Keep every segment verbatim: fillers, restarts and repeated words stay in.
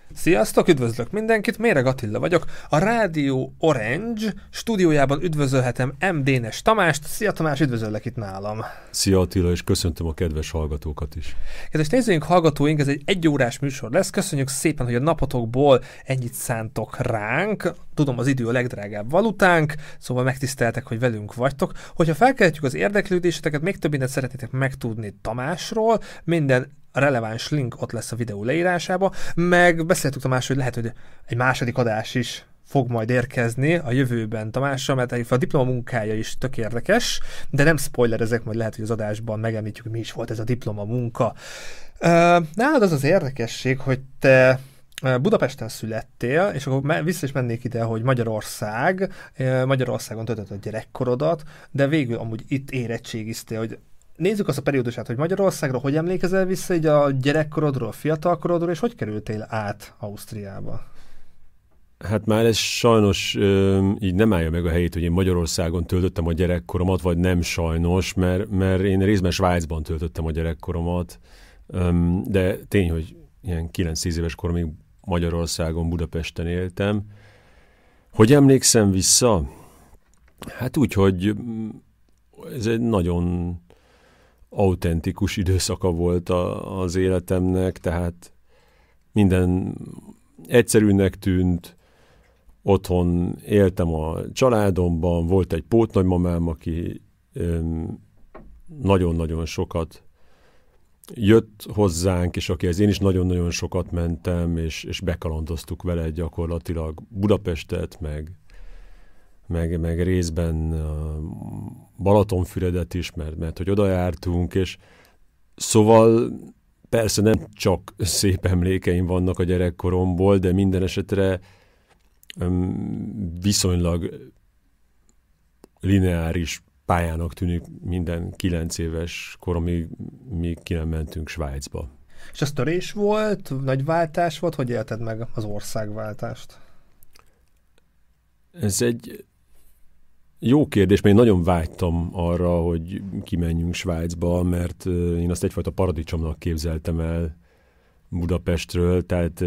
Sziasztok, üdvözlök mindenkit, Méreg Attila vagyok. A Rádió Orange stúdiójában üdvözölhetem M. Dénes Tamást. Szia Tamás, üdvözöllek itt nálam. Szia Attila, és köszöntöm a kedves hallgatókat is. Kedves nézőink, hallgatóink, ez egy egyórás műsor lesz. Köszönjük szépen, hogy a napotokból ennyit szántok ránk. Tudom, az idő a legdrágább valutánk, szóval megtiszteltek, hogy velünk vagytok. Hogyha felkeltjük az érdeklődéseteket, még több mindent szeretnétek megtudni Tamásról, minden releváns link ott lesz a videó leírásában, meg beszéltük Tamás, hogy lehet, hogy egy második adás is fog majd érkezni a jövőben Tamással, mert a diplomamunkája is tök érdekes, de nem spoilerezek, majd lehet, hogy az adásban megemlítjük, hogy mi is volt ez a diplomamunka. Nálad az az érdekesség, hogy te Budapesten születtél, és akkor vissza is mennék ide, hogy Magyarország, Magyarországon töltötted a gyerekkorodat, de végül amúgy itt érettségiztél, hogy nézzük azt a periódusát, hogy Magyarországra hogy emlékezel vissza így a gyerekkorodról, a fiatalkorodról, és hogy kerültél át Ausztriába? Hát már ez sajnos ö, így nem állja meg a helyét, hogy én Magyarországon töltöttem a gyerekkoromat, vagy nem sajnos, mert, mert én részben Svájcban töltöttem a gyerekkoromat, öm, de tény, hogy ilyen kilenc-tíz éves koromig Magyarországon, Budapesten éltem. Hogy emlékszem vissza? Hát úgy, hogy ez egy nagyon autentikus időszaka volt a, az életemnek, tehát minden egyszerűnek tűnt, otthon éltem a családomban, volt egy pótnagymamám, aki öm, nagyon-nagyon sokat jött hozzánk, és akihez én is nagyon-nagyon sokat mentem, és, és bekalandoztuk vele gyakorlatilag Budapestet, meg Meg, meg részben Balatonfüredet is, mert, mert hogy oda jártunk, és szóval persze nem csak szép emlékeim vannak a gyerekkoromból, de minden esetre um, viszonylag lineáris pályának tűnik minden kilenc éves koromig, míg ki nem mentünk Svájcba. És az törés volt? Nagy váltás volt? Hogy élted meg az országváltást? Ez egy jó kérdés, mert én nagyon vágytam arra, hogy kimenjünk Svájcba, mert én azt egyfajta paradicsomnak képzeltem el Budapestről, tehát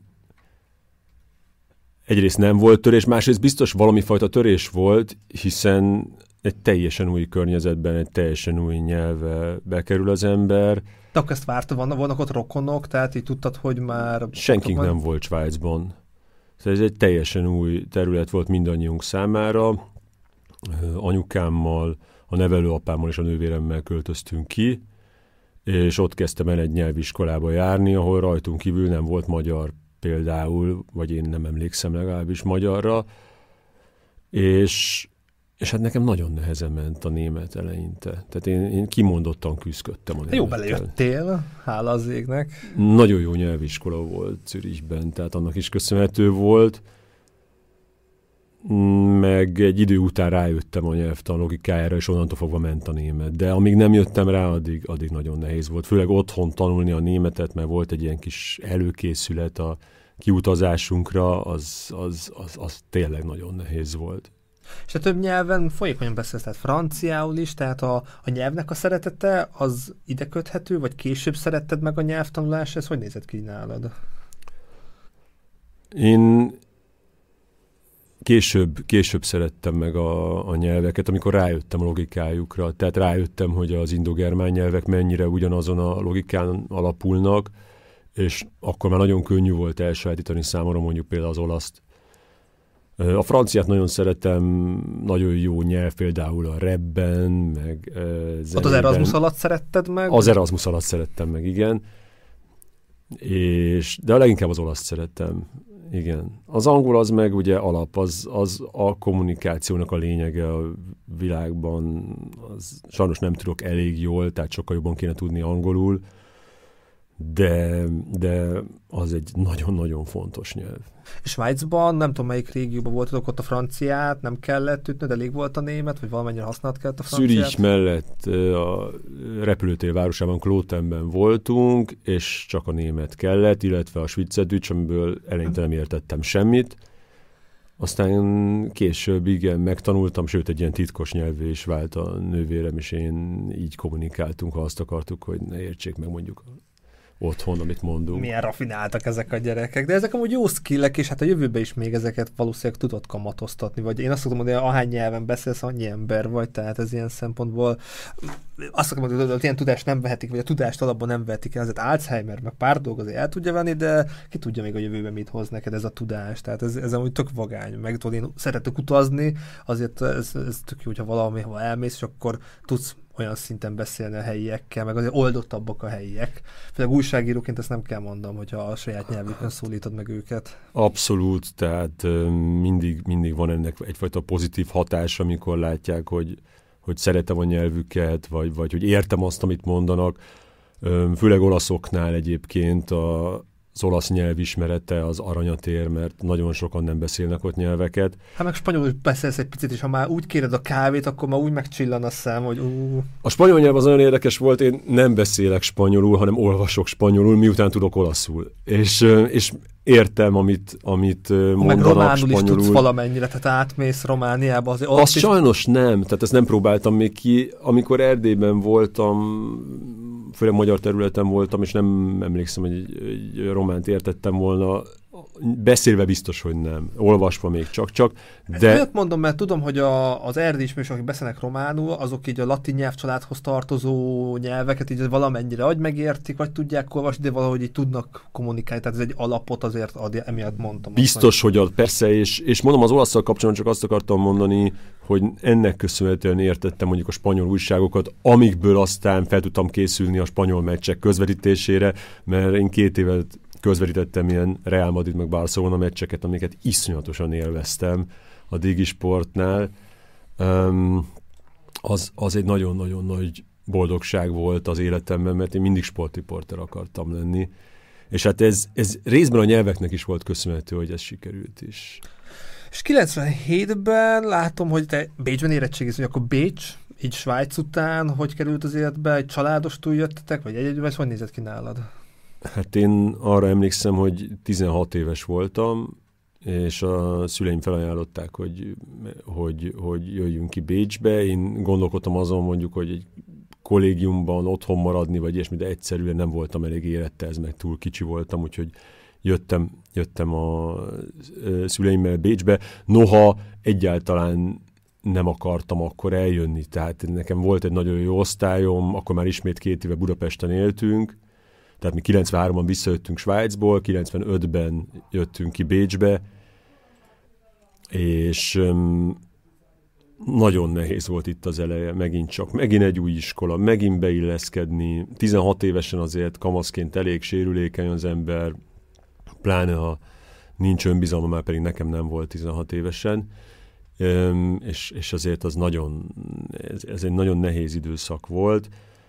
egyrészt nem volt törés, másrészt biztos valami fajta törés volt, hiszen egy teljesen új környezetben, egy teljesen új nyelvbe bekerül az ember. De akkor ezt vártad, vannak ott rokonok, tehát így tudtad, hogy már... Senkink nem volt Svájcban. Szóval ez egy teljesen új terület volt mindannyiunk számára. Anyukámmal, a nevelőapámmal és a nővéremmel költöztünk ki, és ott kezdtem el egy nyelviskolába járni, ahol rajtunk kívül nem volt magyar például, vagy én nem emlékszem legalábbis magyarra, és, és hát nekem nagyon nehezen ment a német eleinte. Tehát én, én kimondottan küzdöttem a némettel. Jó belejöttél, hála az égnek. Nagyon jó nyelviskola volt Zürichben, tehát annak is köszönhető volt, meg egy idő után rájöttem a nyelvtan logikájára, és onnantól fogva ment a német. De amíg nem jöttem rá, addig, addig nagyon nehéz volt. Főleg otthon tanulni a németet, mert volt egy ilyen kis előkészület a kiutazásunkra, az, az, az, az tényleg nagyon nehéz volt. És a több nyelven folyékonyan beszélsz, tehát franciául is, tehát a, a nyelvnek a szeretete az ide köthető, vagy később szeretted meg a nyelvtanulás? Ez hogy nézett ki nálad? Én Később, később szerettem meg a, a nyelveket, amikor rájöttem a logikájukra. Tehát rájöttem, hogy az indogermán nyelvek mennyire ugyanazon a logikán alapulnak, és akkor már nagyon könnyű volt elsajátítani számomra mondjuk például az olaszt. A franciát nagyon szeretem, nagyon jó nyelv, például a rapben, meg zenében. Ott az Erasmus alatt szeretted meg? Az Erasmus alatt szerettem meg, igen. És, de leginkább az olaszt szerettem. Igen. Az angol az meg ugye alap, az, az a kommunikációnak a lényege a világban. Az, sajnos nem tudok elég jól, tehát sokkal jobban kéne tudni angolul, de, de az egy nagyon-nagyon fontos nyelv. És Svájcban, nem tudom melyik régióban voltatok, ott a franciát nem kellett ütnöd, elég volt a német, vagy valamennyire használt kellett a franciát? Zürich mellett a repülőtér városában, Klotenben voltunk, és csak a német kellett, illetve a Schweizerdeutsch, amiből eleinte nem értettem semmit. Aztán később igen, megtanultam, sőt egy ilyen titkos nyelvvé is vált a nővérem, és én így kommunikáltunk, ha azt akartuk, hogy ne értsék meg mondjuk otthon, amit mondunk. Milyen rafináltak ezek a gyerekek, de ezek amúgy jó skillek, és hát a jövőben is még ezeket valószínűleg tudod kamatoztatni, vagy én azt szoktam mondani, hogy ahány nyelven beszélsz, annyi ember vagy, tehát ez ilyen szempontból azt szoktam mondani, hogy ilyen tudást nem vehetik, vagy a tudást alapban nem vehetik el, azért Alzheimer, meg pár dolog azért el tudja venni, de ki tudja még a jövőben mit hoz neked ez a tudás, tehát ez, ez amúgy tök vagány, meg tudod, én szeretek utazni, azért ez, ez tök jó, hogyha valamihova elmész, és akkor tudsz olyan szinten beszélni a helyiekkel, meg azért oldottabbak a helyiek. Főleg újságíróként ezt nem kell mondanom, hogyha a saját nyelvükön szólítod meg őket. Abszolút, tehát mindig, mindig van ennek egyfajta pozitív hatás, amikor látják, hogy, hogy szeretem a nyelvüket, vagy, vagy hogy értem azt, amit mondanak. Főleg olaszoknál egyébként a az olasz nyelv ismerete az aranyat ér, mert nagyon sokan nem beszélnek ott nyelveket. Hát meg spanyolul beszélsz egy picit, és ha már úgy kéred a kávét, akkor már úgy megcsillan a szem, hogy ú. A spanyol nyelv az nagyon érdekes volt, én nem beszélek spanyolul, hanem olvasok spanyolul, miután tudok olaszul. És, és értem, amit, amit mondanak meg románul spanyolul. Is tudsz valamennyire, tehát átmész Romániába. Azért azt is... sajnos nem, tehát ezt nem próbáltam még ki. Amikor Erdélyben voltam, főleg magyar területen voltam, és nem emlékszem, hogy egy, egy románt értettem volna. Beszélve biztos, hogy nem. Olvasva még csak-csak. De... Ezt mondom, mert tudom, hogy a, az erdélyi műsorok, akik beszélnek románul, azok így a latin nyelvcsaládhoz tartozó nyelveket így valamennyire vagy megértik, vagy tudják olvasni, de valahogy így tudnak kommunikálni. Tehát ez egy alapot azért ad, emiatt mondtam. Biztos, hogy ad, persze, és, és mondom, az olaszszal kapcsolatban csak azt akartam mondani, hogy ennek köszönhetően értettem mondjuk a spanyol újságokat, amikből aztán fel tudtam készülni a spanyol meccsek közvetítésére, mert én két évet közvetítettem ilyen Real Madrid meg Barcelona meccseket, amiket iszonyatosan élveztem a Digi Sportnál. Um, az, az egy nagyon-nagyon nagy boldogság volt az életemben, mert én mindig sportriporter akartam lenni. És hát ez, ez részben a nyelveknek is volt köszönhető, hogy ez sikerült is. És kilencvenhétben látom, hogy te Bécsben érettségiztél, akkor Bécs, így Svájc után, hogy került az életbe? Egy családostul jöttetek, vagy egy-egy, vagy hogy nézett ki nálad? Hát én arra emlékszem, hogy tizenhat éves voltam, és a szüleim felajánlották, hogy, hogy, hogy jöjjünk ki Bécsbe. Én gondolkodtam azon mondjuk, hogy egy kollégiumban otthon maradni, vagy ilyesmi, de egyszerűen nem voltam elég érette, ez meg túl kicsi voltam, úgyhogy jöttem, jöttem a szüleimmel Bécsbe. Noha egyáltalán nem akartam akkor eljönni, tehát nekem volt egy nagyon jó osztályom, akkor már ismét két éve Budapesten éltünk, tehát mi kilencvenháromban visszajöttünk Svájcból, kilencvenötben jöttünk ki Bécsbe, és um, nagyon nehéz volt itt az eleje, megint csak, megint egy új iskola, megint beilleszkedni. tizenhat évesen azért kamaszként elég sérülékeny az ember, pláne ha nincs önbizalma, már pedig nekem nem volt tizenhat évesen, um, és, és azért az nagyon, ez, ez egy nagyon nehéz időszak volt.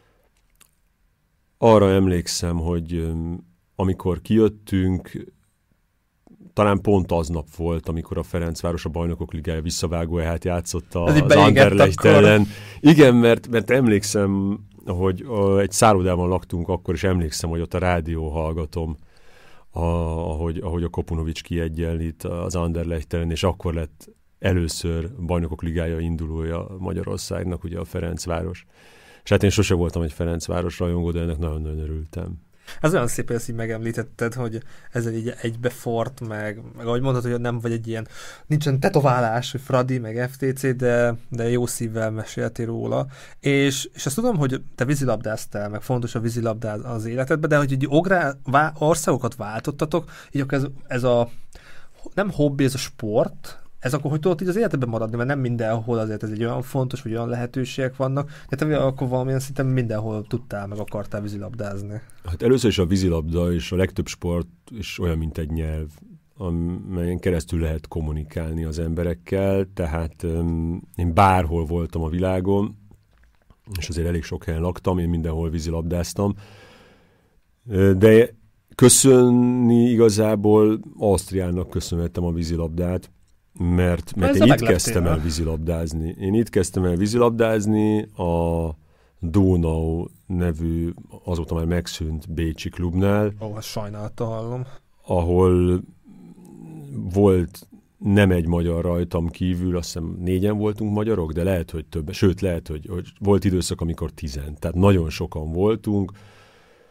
Arra emlékszem, hogy amikor kijöttünk, talán pont aznap volt, amikor a Ferencváros a Bajnokok Ligája visszavágóját játszotta az Anderlecht ellen. Igen, mert, mert emlékszem, hogy egy szállodában laktunk akkor, és emlékszem, hogy ott a rádió hallgatom, a, ahogy, ahogy a Kopunovics kiegyenlít az Anderlecht ellen, és akkor lett először Bajnokok Ligája indulója Magyarországnak, ugye a Ferencváros. És hát én sose voltam egy Ferencváros rajongó, de ennek nagyon-nagyon örültem. Ez olyan szép, hogy ezt így megemlítetted, hogy ezzel így egybefort, meg, meg ahogy mondtad, hogy nem vagy egy ilyen, nincsen tetoválás, hogy Fradi, meg ef té cé, de, de jó szívvel meséltél róla. És, és azt tudom, hogy te vízilabdáztál, meg fontos a vízilabda az életedben, de hogy így ográ, vá, országokat váltottatok, így akkor ez, ez a nem hobbi, ez a sport, ez akkor hogy tudod így az életedben maradni, mert nem mindenhol azért ez egy olyan fontos, vagy olyan lehetőségek vannak, de te akkor valamilyen szinten mindenhol tudtál, meg akartál vízilabdázni. Hát először is a vízilabda és a legtöbb sport is olyan, mint egy nyelv, amelyen keresztül lehet kommunikálni az emberekkel, tehát um, én bárhol voltam a világon, és azért elég sok helyen laktam, én mindenhol vízilabdáztam, de köszönni igazából Ausztriának köszönhettem a vízilabdát, mert, mert én itt kezdtem el vízilabdázni. Én itt kezdtem el vízilabdázni a Donau nevű, azóta már megszűnt bécsi klubnál. Ó, azt sajnálattal hallom. Ahol volt nem egy magyar rajtam kívül, azt hiszem négyen voltunk magyarok, de lehet, hogy több, sőt lehet, hogy, hogy volt időszak, amikor tizen. Tehát nagyon sokan voltunk.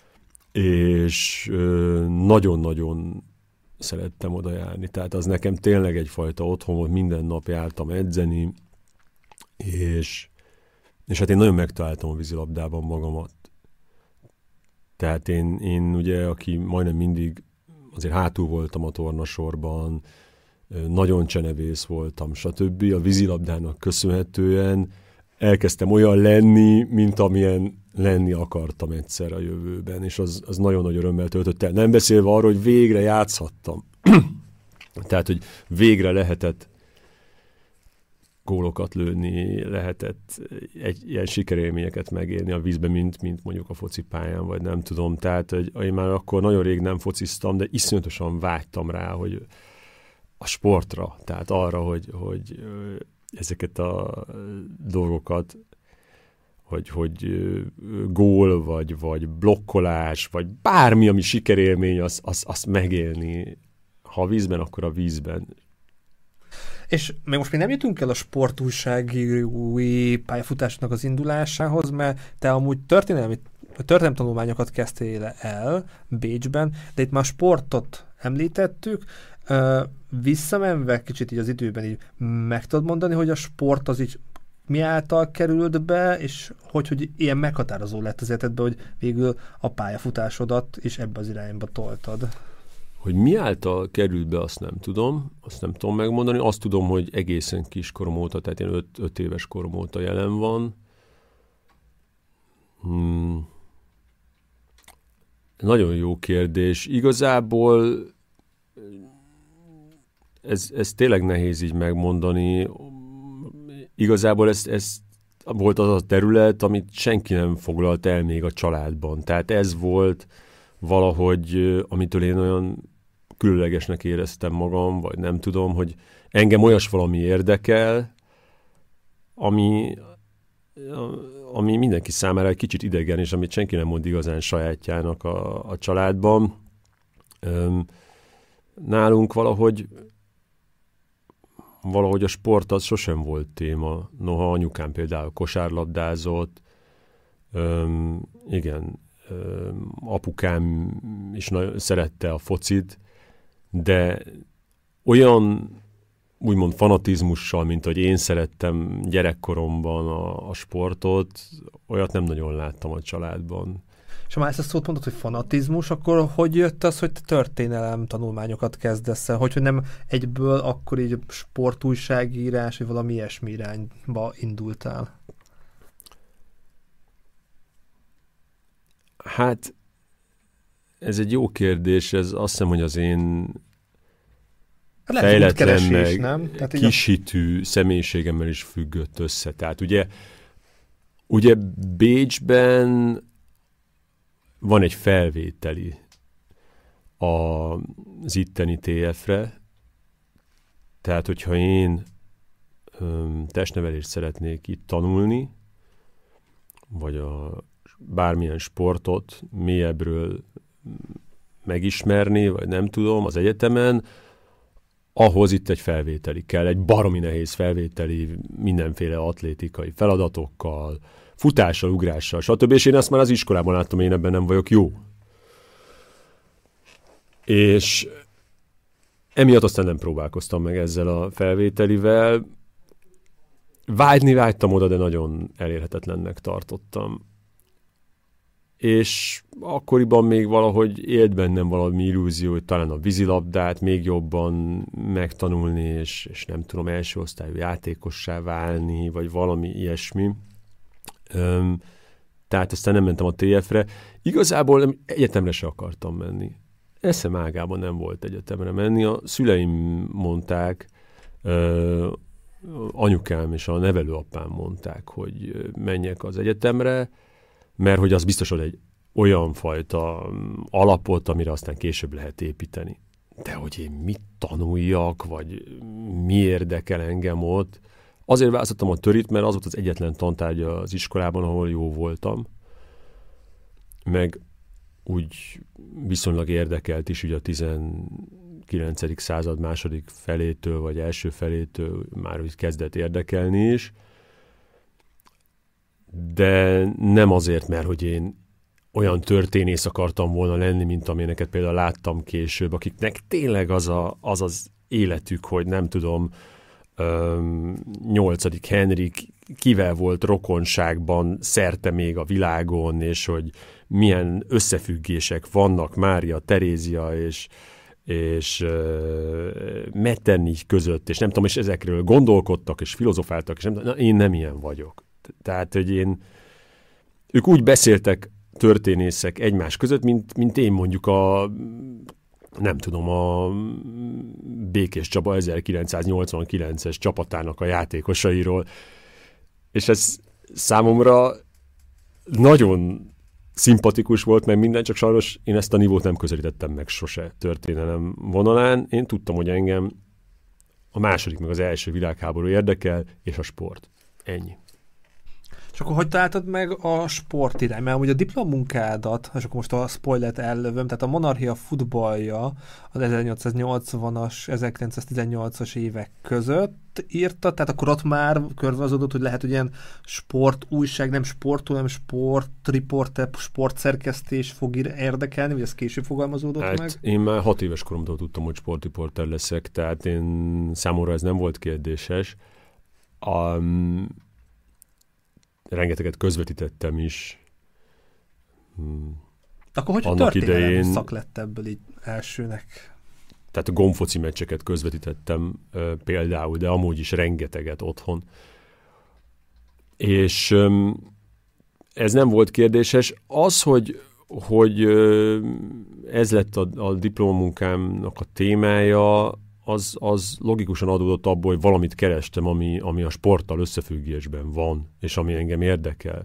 és ö, nagyon-nagyon szerettem oda járni. Tehát az nekem tényleg egyfajta otthon volt, minden nap jártam edzeni, és, és hát én nagyon megtaláltam a vízilabdában magamat. Tehát én, én ugye, aki majdnem mindig azért hátul voltam a tornasorban, nagyon csenevész voltam, stb. A vízilabdának köszönhetően elkezdtem olyan lenni, mint amilyen lenni akartam egyszer a jövőben, és az, az nagyon nagy örömmel töltött el. Nem beszélve arról, hogy végre játszhattam. Tehát, hogy végre lehetett gólokat lőni, lehetett egy, ilyen sikerélményeket megélni a vízben, mint, mint mondjuk a focipályán, vagy nem tudom. Tehát, hogy én már akkor nagyon rég nem fociztam, de iszonyatosan vágytam rá, hogy a sportra, tehát arra, hogy, hogy ezeket a dolgokat, hogy, hogy gól, vagy, vagy blokkolás, vagy bármi, ami sikerélmény, azt az, az megélni. Ha a vízben, akkor a vízben. És még most még nem jutunk el a sportújságírói pályafutásnak az indulásához, mert te amúgy történelmi, történelmi tanulmányokat kezdtél el Bécsben, de itt már a sportot említettük. Uh, visszamenve kicsit így az időben így meg tudod mondani, hogy a sport az így mi által került be, és hogy, hogy ilyen meghatározó lett az életedben, hogy végül a pályafutásodat is ebbe az irányba toltad. Hogy mi által került be, azt nem tudom, azt nem tudom megmondani. Azt tudom, hogy egészen kiskorom óta, tehát ilyen öt, öt éves korom óta jelen van. Hmm. Nagyon jó kérdés. Igazából ez, ez tényleg nehéz így megmondani. Igazából ez, ez volt az a terület, amit senki nem foglalt el még a családban. Tehát ez volt valahogy, amitől én olyan különlegesnek éreztem magam, vagy nem tudom, hogy engem olyas valami érdekel, ami, ami mindenki számára egy kicsit idegen, és amit senki nem mond igazán sajátjának a, a családban. Nálunk valahogy valahogy a sport az sosem volt téma. Noha anyukám például kosárlabdázott, öm, igen, öm, apukám is nagyon szerette a focit, de olyan úgymond fanatizmussal, mint hogy én szerettem gyerekkoromban a, a sportot, olyat nem nagyon láttam a családban. És ha már ezt a szót mondod, hogy fanatizmus, akkor hogy jött az, hogy te történelem tanulmányokat kezdesz el? Hogy, hogy nem egyből akkor így sportújságírás, vagy valami ilyesmi irányba indultál? Hát ez egy jó kérdés, ez azt hiszem, hogy az én fejletlen, meg nem? Tehát kisítő személyiségemmel is függött össze. Tehát ugye, ugye Bécsben van egy felvételi az itteni té ef-re, tehát hogyha én öm, testnevelést szeretnék itt tanulni, vagy a bármilyen sportot mélyebbről megismerni, vagy nem tudom, az egyetemen, ahhoz itt egy felvételi kell, egy baromi nehéz felvételi, mindenféle atlétikai feladatokkal, futással, ugrással, stb. És én azt már az iskolában láttam, én ebben nem vagyok jó. És emiatt aztán nem próbálkoztam meg ezzel a felvételivel. Vágyni vágytam oda, de nagyon elérhetetlennek tartottam. És akkoriban még valahogy élt bennem valami illúzió, hogy talán a vízilabdát még jobban megtanulni, és, és nem tudom, első osztályú játékossá válni, vagy valami ilyesmi. Öm, tehát aztán nem mentem a té ef-re. Igazából egyetemre se akartam menni. Eszem ágában nem volt egyetemre menni. A szüleim mondták, ö, anyukám és a nevelőapám mondták, hogy menjek az egyetemre, mert hogy az biztos, hogy egy olyan fajta alapot, amire aztán később lehet építeni. De hogy én mit tanuljak, vagy mi érdekel engem ott, azért választottam a törit, mert az volt az egyetlen tantárgya az iskolában, ahol jó voltam. Meg úgy viszonylag érdekelt is, ugye a tizenkilencedik század második felétől, vagy első felétől már úgy kezdett érdekelni is. De nem azért, mert hogy én olyan történész akartam volna lenni, mint amilyeneket például láttam később, akiknek tényleg az a, az, az életük, hogy nem tudom, nyolcadik Henrik kivel volt rokonságban szerte még a világon, és hogy milyen összefüggések vannak Mária, Terézia és, és uh, Metternich között, és nem tudom, és ezekről gondolkodtak, és filozofáltak, és nem tudom, na, én nem ilyen vagyok. Tehát, hogy én, ők úgy beszéltek, történészek egymás között, mint, mint én mondjuk a nem tudom, a Békés Csaba ezerkilencszáznyolcvankilences csapatának a játékosairól. És ez számomra nagyon szimpatikus volt, mert minden, csak sajnos én ezt a nivót nem közelítettem meg sose történelem vonalán. Én tudtam, hogy engem a második meg az első világháború érdekel, és a sport. Ennyi. És akkor hogy találtad meg a sport irány? Mert amúgy a diplomunkádat, és akkor most a spoilert ellövöm, tehát a Monarchia futballja az ezernyolcszáznyolcvanas, ezerkilencszáztizennyolcas évek között írta, tehát akkor ott már körbeazódott, hogy lehet, hogy ilyen sportújság, nem sportú, nem sportriporter, sportszerkesztés fog érdekelni, vagy ez később fogalmazódott hát meg? Én már hat éves koromtól tudtam, hogy sportriporter leszek, tehát én számomra ez nem volt kérdéses. Um, rengeteget közvetítettem is. Hmm. Akkor hogy annak történelem idején szak lett ebből így elsőnek? Tehát a gombfoci meccseket közvetítettem uh, például, de amúgy is rengeteget otthon. És um, ez nem volt kérdéses. Az, hogy, hogy uh, ez lett a, a diplomamunkámnak a témája, Az, az logikusan adódott abból, hogy valamit kerestem, ami, ami a sporttal összefüggésben van, és ami engem érdekel.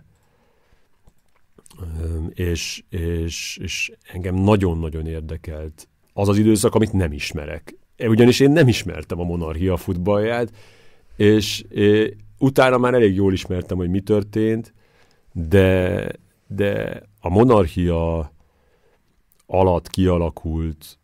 És, és, és engem nagyon-nagyon érdekelt az az időszak, amit nem ismerek. Ugyanis én nem ismertem a Monarchia futballját, és, és utána már elég jól ismertem, hogy mi történt, de, de a Monarchia alatt kialakult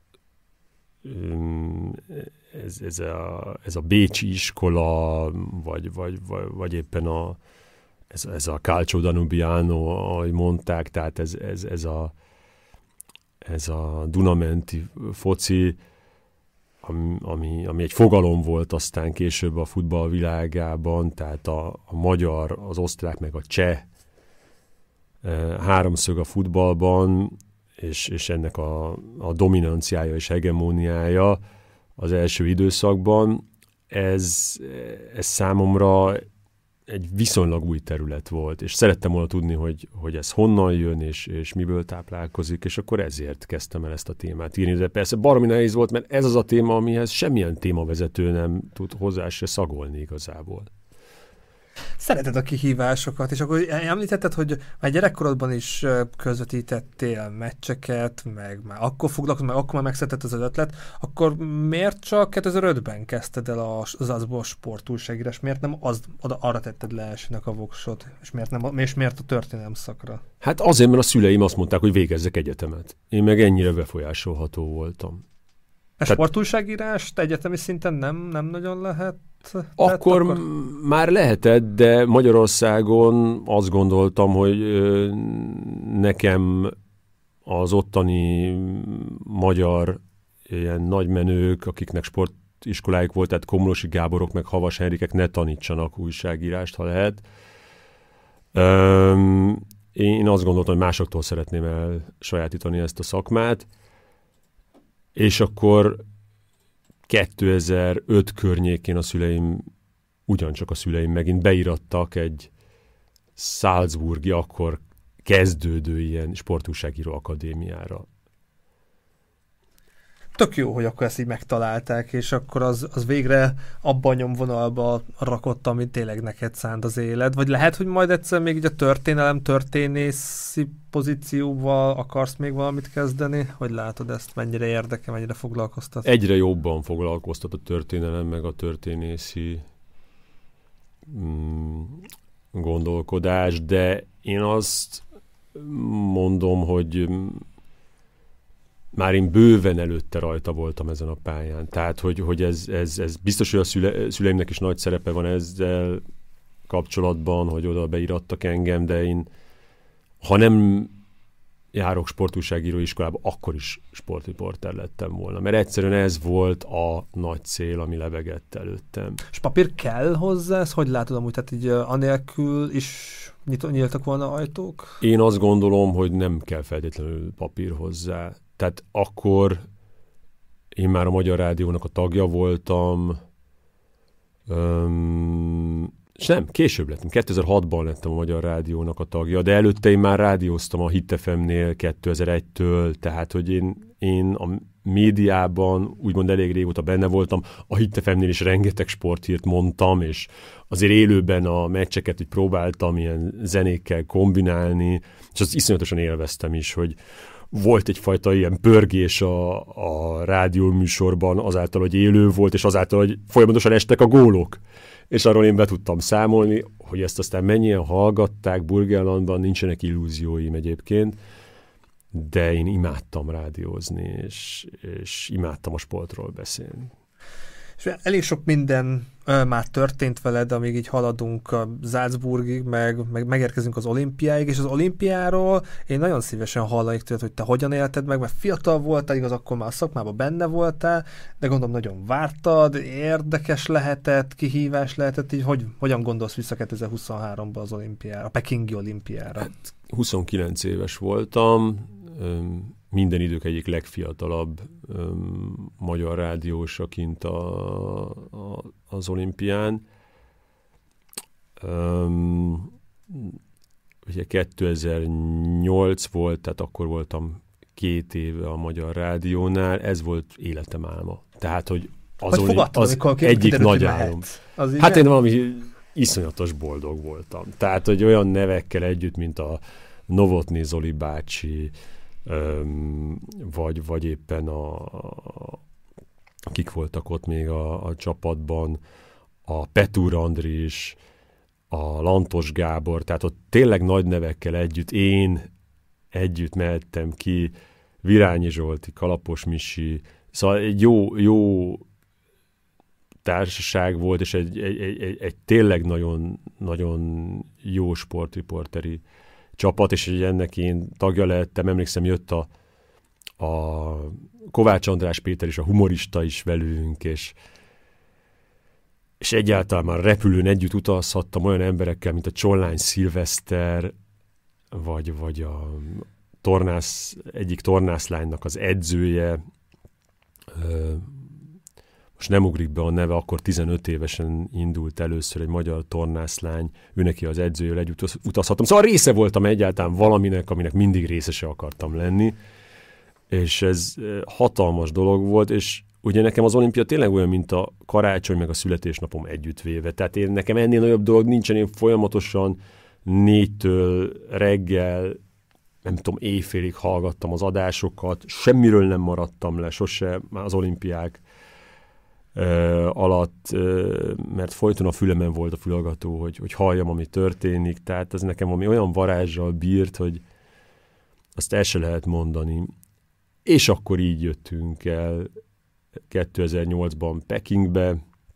Ez, ez, a, ez a bécsi iskola, vagy, vagy, vagy, vagy éppen a, ez, ez a Calcio Danubiano, ahogy mondták, tehát ez, ez, ez, a, ez a Dunamenti foci, ami, ami egy fogalom volt aztán később a futball világában, tehát a, a magyar, az osztrák meg a cseh háromszög a futballban, és, és ennek a, a dominanciája és hegemóniája az első időszakban, ez, ez számomra egy viszonylag új terület volt, és szerettem volna tudni, hogy, hogy ez honnan jön, és, és miből táplálkozik, és akkor ezért kezdtem el ezt a témát írni. De persze baromi nehéz volt, mert ez az a téma, amihez semmilyen témavezető nem tud hozzá se szagolni igazából. Szereted a kihívásokat, és akkor említetted, hogy már gyerekkorodban is közvetítettél meccseket, meg már akkor foglalkozol, meg akkor már megszületett az ötlet, akkor miért csak kétezer-ötben kezdted el az azból sportújságírás? Miért nem az, oda, arra tetted le elsőnek a voksot? És miért, nem, és miért a történelem szakra? Hát azért, mert a szüleim azt mondták, hogy végezzek egyetemet. Én meg ennyire befolyásolható voltam. A Tehát... sportújságírást egyetemi szinten nem, nem nagyon lehet? Akkor, akkor már lehetett, de Magyarországon azt gondoltam, hogy nekem az ottani magyar ilyen nagymenők, akiknek sportiskolájuk volt, tehát Komlósi Gáborok meg Havas Henrikek ne tanítsanak újságírást, ha lehet. Én azt gondoltam, hogy másoktól szeretném elsajátítani ezt a szakmát, és akkor kétezer-öt környékén a szüleim, ugyancsak a szüleim megint beirattak egy salzburgi, akkor kezdődő ilyen sportújságíró akadémiára. Tök jó, hogy akkor ezt így megtalálták, és akkor az, az végre abban a nyomvonalba rakott, amit tényleg neked szánt az élet. Vagy lehet, hogy majd egyszer még így a történelem történészi pozícióval akarsz még valamit kezdeni? Hogy látod ezt? Mennyire érdekel, mennyire foglalkoztat? Egyre jobban foglalkoztat a történelem, meg a történészi mm, gondolkodás, de én azt mondom, hogy már én bőven előtte rajta voltam ezen a pályán. Tehát, hogy, hogy ez, ez, ez biztos, hogy a szüle, szüleimnek is nagy szerepe van ezzel kapcsolatban, hogy oda beirattak engem, de én, ha nem járok sportújságíró iskolába, akkor is sportriporter lettem volna. Mert egyszerűen ez volt a nagy cél, ami lebegett előttem. És papír kell hozzá? Ezt hogy látod amúgy? Tehát így anélkül is nyíltak volna ajtók? Én azt gondolom, hogy nem kell feltétlenül papír hozzá. Tehát akkor én már a Magyar Rádiónak a tagja voltam, Öm, és nem, később lettem. kétezer-hatban lettem a Magyar Rádiónak a tagja, de előtte én már rádióztam a Hit ef em-nél kétezer-egytől, tehát hogy én, én a médiában úgymond elég régóta benne voltam, a Hit ef em-nél is rengeteg sporthírt mondtam, és azért élőben a meccseket így próbáltam ilyen zenékkel kombinálni, és azt iszonyatosan élveztem is, hogy volt egyfajta ilyen pörgés a, a rádióműsorban azáltal, hogy élő volt, és azáltal, hogy folyamatosan estek a gólok. És arról én be tudtam számolni, hogy ezt aztán mennyien hallgatták, Burgenlandban nincsenek illúzióim egyébként, de én imádtam rádiózni, és, és imádtam a sportról beszélni. És elég sok minden ö, már történt veled, amíg így haladunk a Salzburgig, meg, meg megérkezünk az olimpiáig, és az olimpiáról én nagyon szívesen hallanék tőled, hogy te hogyan élted meg, mert fiatal voltál, igaz, akkor már a szakmában benne voltál, de gondolom nagyon vártad, érdekes lehetett, kihívás lehetett, így hogy, hogyan gondolsz vissza kétezer-huszonháromban az olimpiára, a pekingi olimpiára? Hát huszonkilenc éves voltam, minden idők egyik legfiatalabb öm, magyar rádiósaként a, a, az olimpián. Öm, ugye kétezer-nyolc volt, tehát akkor voltam két éve a Magyar Rádiónál, ez volt életem álma. Tehát, hogy az, hogy fogadtad, az egyik nagy álom. Hát én valami iszonyatos boldog voltam. Tehát, hogy olyan nevekkel együtt, mint a Novotny Zoli bácsi, Öm, vagy, vagy éppen a, a kik voltak ott még a, a csapatban, a Petúr Andris, a Lantos Gábor, tehát ott tényleg nagy nevekkel együtt, én együtt mehettem ki, Virányi Zsolti, Kalapos Misi, szóval egy jó, jó társaság volt, és egy, egy, egy, egy, egy tényleg nagyon, nagyon jó sportriporteri csapat, és hogy ennek én tagja lehettem, emlékszem, jött a, a Kovács András Péter is, a humorista is velünk, és, és egyáltalán már repülőn együtt utazhattam olyan emberekkel, mint a Csollány Szilveszter, vagy, vagy a tornász, egyik tornászlánynak az edzője, most nem ugrik be a neve, akkor tizenöt évesen indult először egy magyar tornászlány, őneki az edzőjével együtt utazhattam. Szóval része voltam egyáltalán valaminek, aminek mindig részese akartam lenni, és ez hatalmas dolog volt, és ugye nekem az olimpia tényleg olyan, mint a karácsony meg a születésnapom együttvéve. Tehát én, nekem ennél nagyobb dolog nincsen, én folyamatosan négytől reggel, nem tudom, éjfélig hallgattam az adásokat, semmiről nem maradtam le, sose már az olimpiák Uh, alatt, uh, mert folyton a fülemen volt a fülhallgató, hogy, hogy halljam, ami történik, tehát ez nekem valami olyan varázssal bírt, hogy azt el se lehet mondani. És akkor így jöttünk el kétezer-nyolcban Pekingbe,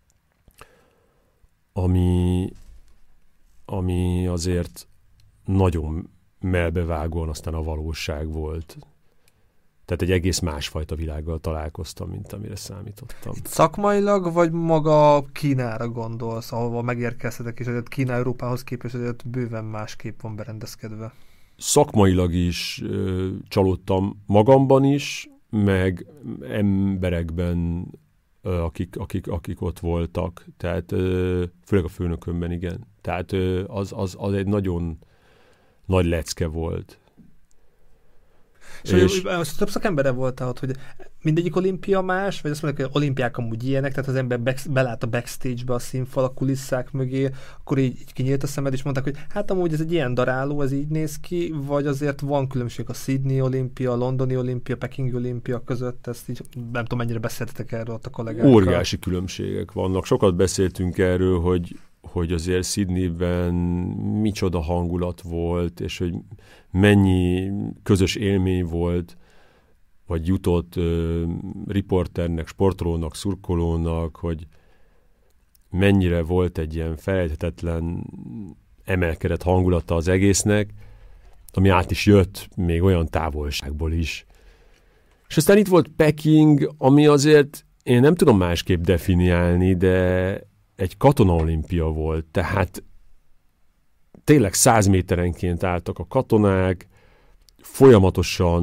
ami, ami azért nagyon mellbevágóan aztán a valóság volt. Tehát egy egész másfajta világgal találkoztam, mint amire számítottam. Szakmailag, vagy maga Kínára gondolsz, ahol megérkeztetek, és azért Kína Európához képest azért bőven másképp van berendezkedve? Szakmailag is ö, csalódtam magamban is, meg emberekben, ö, akik, akik, akik ott voltak. Tehát ö, főleg a főnökömben, igen. Tehát ö, az, az, az egy nagyon nagy lecke volt. És, és hogy több szakembere voltál ott, hogy mindegyik olimpia más, vagy azt mondják, hogy olimpiák amúgy ilyenek, tehát az ember back, belát a backstage-be, a színfal, a kulisszák mögé, akkor így, így kinyílt a szemed, és mondták, hogy hát amúgy ez egy ilyen daráló, ez így néz ki, vagy azért van különbség a Sydney olimpia, a londoni olimpia, pekingi olimpia között, ezt így nem tudom, mennyire beszéltetek erről ott a kollégákkal. Óriási különbségek vannak. Sokat beszéltünk erről, hogy hogy azért Sydneyben micsoda hangulat volt, és hogy mennyi közös élmény volt, vagy jutott uh, riporternek, sportolónak, szurkolónak, hogy mennyire volt egy ilyen felejthetetlen emelkedett hangulata az egésznek. ami át is jött még olyan távolságból is. És aztán itt volt Peking, ami azért én nem tudom másképp definiálni, de egy katonaolimpia volt, tehát tényleg száz méterenként álltak a katonák, folyamatosan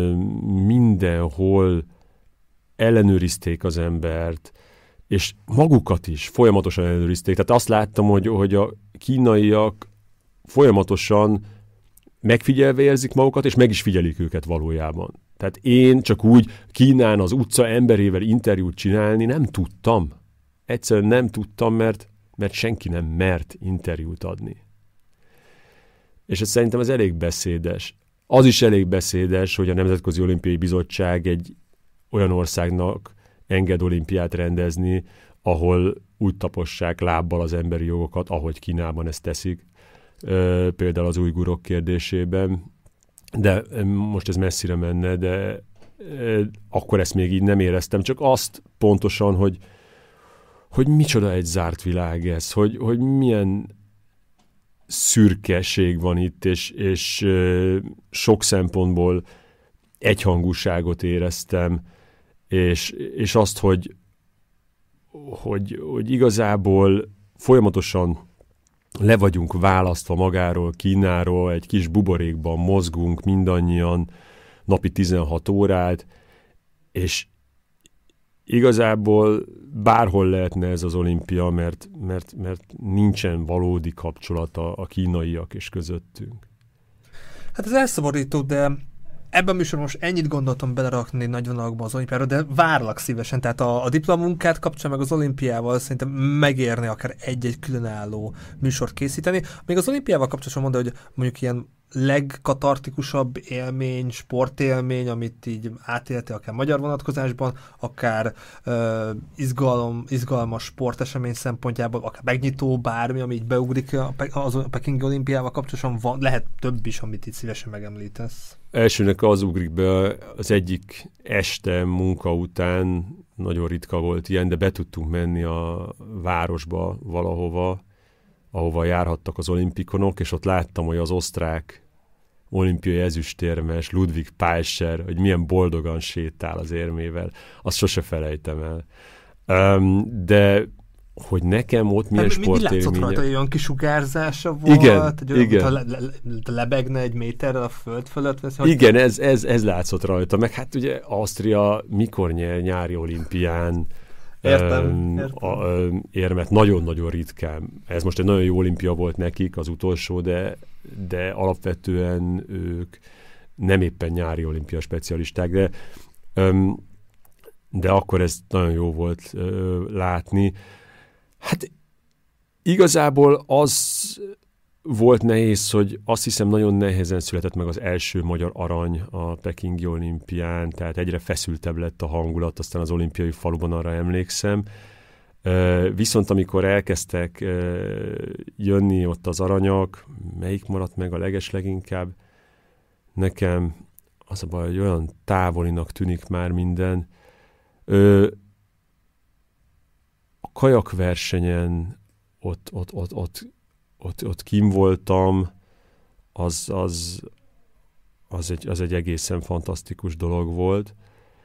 mindenhol ellenőrizték az embert, és magukat is folyamatosan ellenőrizték. Tehát azt láttam, hogy, hogy a kínaiak folyamatosan megfigyelve érzik magukat, és meg is figyelik őket valójában. Tehát én csak úgy Kínán az utca emberével interjút csinálni nem tudtam. Egyszerűen nem tudtam, mert, mert senki nem mert interjút adni. És ez szerintem ez elég beszédes. Az is elég beszédes, hogy a Nemzetközi Olimpiai Bizottság egy olyan országnak enged olimpiát rendezni, ahol úgy tapossák lábbal az emberi jogokat, ahogy Kínában ezt teszik. Például az ujgurok kérdésében. De most ez messzire menne, de akkor ezt még így nem éreztem. Csak azt pontosan, hogy, hogy micsoda egy zárt világ ez, hogy, hogy milyen szürkeség van itt, és, és sok szempontból egyhangúságot éreztem, és, és azt, hogy, hogy, hogy igazából folyamatosan le vagyunk választva magáról, Kínáról, egy kis buborékban mozgunk mindannyian napi tizenhat órát, és igazából bárhol lehetne ez az olimpia, mert, mert, mert nincsen valódi kapcsolata a kínaiak és közöttünk. Hát ez elszomorító, de ebben a műsorban most ennyit gondoltam belerakni nagy vonalakba az olimpiára, de várlak szívesen. Tehát a, a diplomunkát kapcsán meg az olimpiával szerintem megérni akár egy-egy különálló műsort készíteni. Még az olimpiával kapcsolatban mondani, hogy mondjuk ilyen legkatartikusabb élmény, sportélmény, amit így átélte akár magyar vonatkozásban, akár uh, izgalom, izgalmas sportesemény szempontjából, akár megnyitó bármi, ami így beugrik a, a, a Pekingi olimpiával kapcsolatban, van, lehet több is, amit itt szívesen megemlítesz. Elsőnek az ugrik be, az egyik este munka után, nagyon ritka volt ilyen, de be tudtunk menni a városba valahova, ahova járhattak az olimpikonok, és ott láttam, hogy az osztrák olimpiai ezüstérmes Ludwig Peischer, hogy milyen boldogan sétál az érmével. Azt sose felejtem el. Um, de hogy nekem ott milyen sportélménye... Mi látszott rajta, hogy olyan kisugárzása volt? Igen, egy olyan, igen. Le, le, lebegne egy méterrel a föld fölött? Vesz, igen, ez, ez, ez látszott rajta. Meg hát ugye Ausztria mikor nyer nyári olimpián Értem, um, értem. A, um, érmet nagyon-nagyon ritkán. Ez most egy nagyon jó olimpia volt nekik, az utolsó, de, de alapvetően ők nem éppen nyári olimpia specialisták, de, um, de akkor ez nagyon jó volt uh, látni. Hát igazából az volt nehéz, hogy azt hiszem nagyon nehezen született meg az első magyar arany a Pekingi olimpián, tehát egyre feszültebb lett a hangulat, aztán az olimpiai faluban arra emlékszem. Viszont amikor elkezdtek jönni ott az aranyak, melyik maradt meg a legesleginkább? Nekem az a baj, hogy olyan távolinak tűnik már minden. A kajakversenyen ott, ott, ott, ott Ott, ott kim voltam, az, az, az, egy, az egy egészen fantasztikus dolog volt.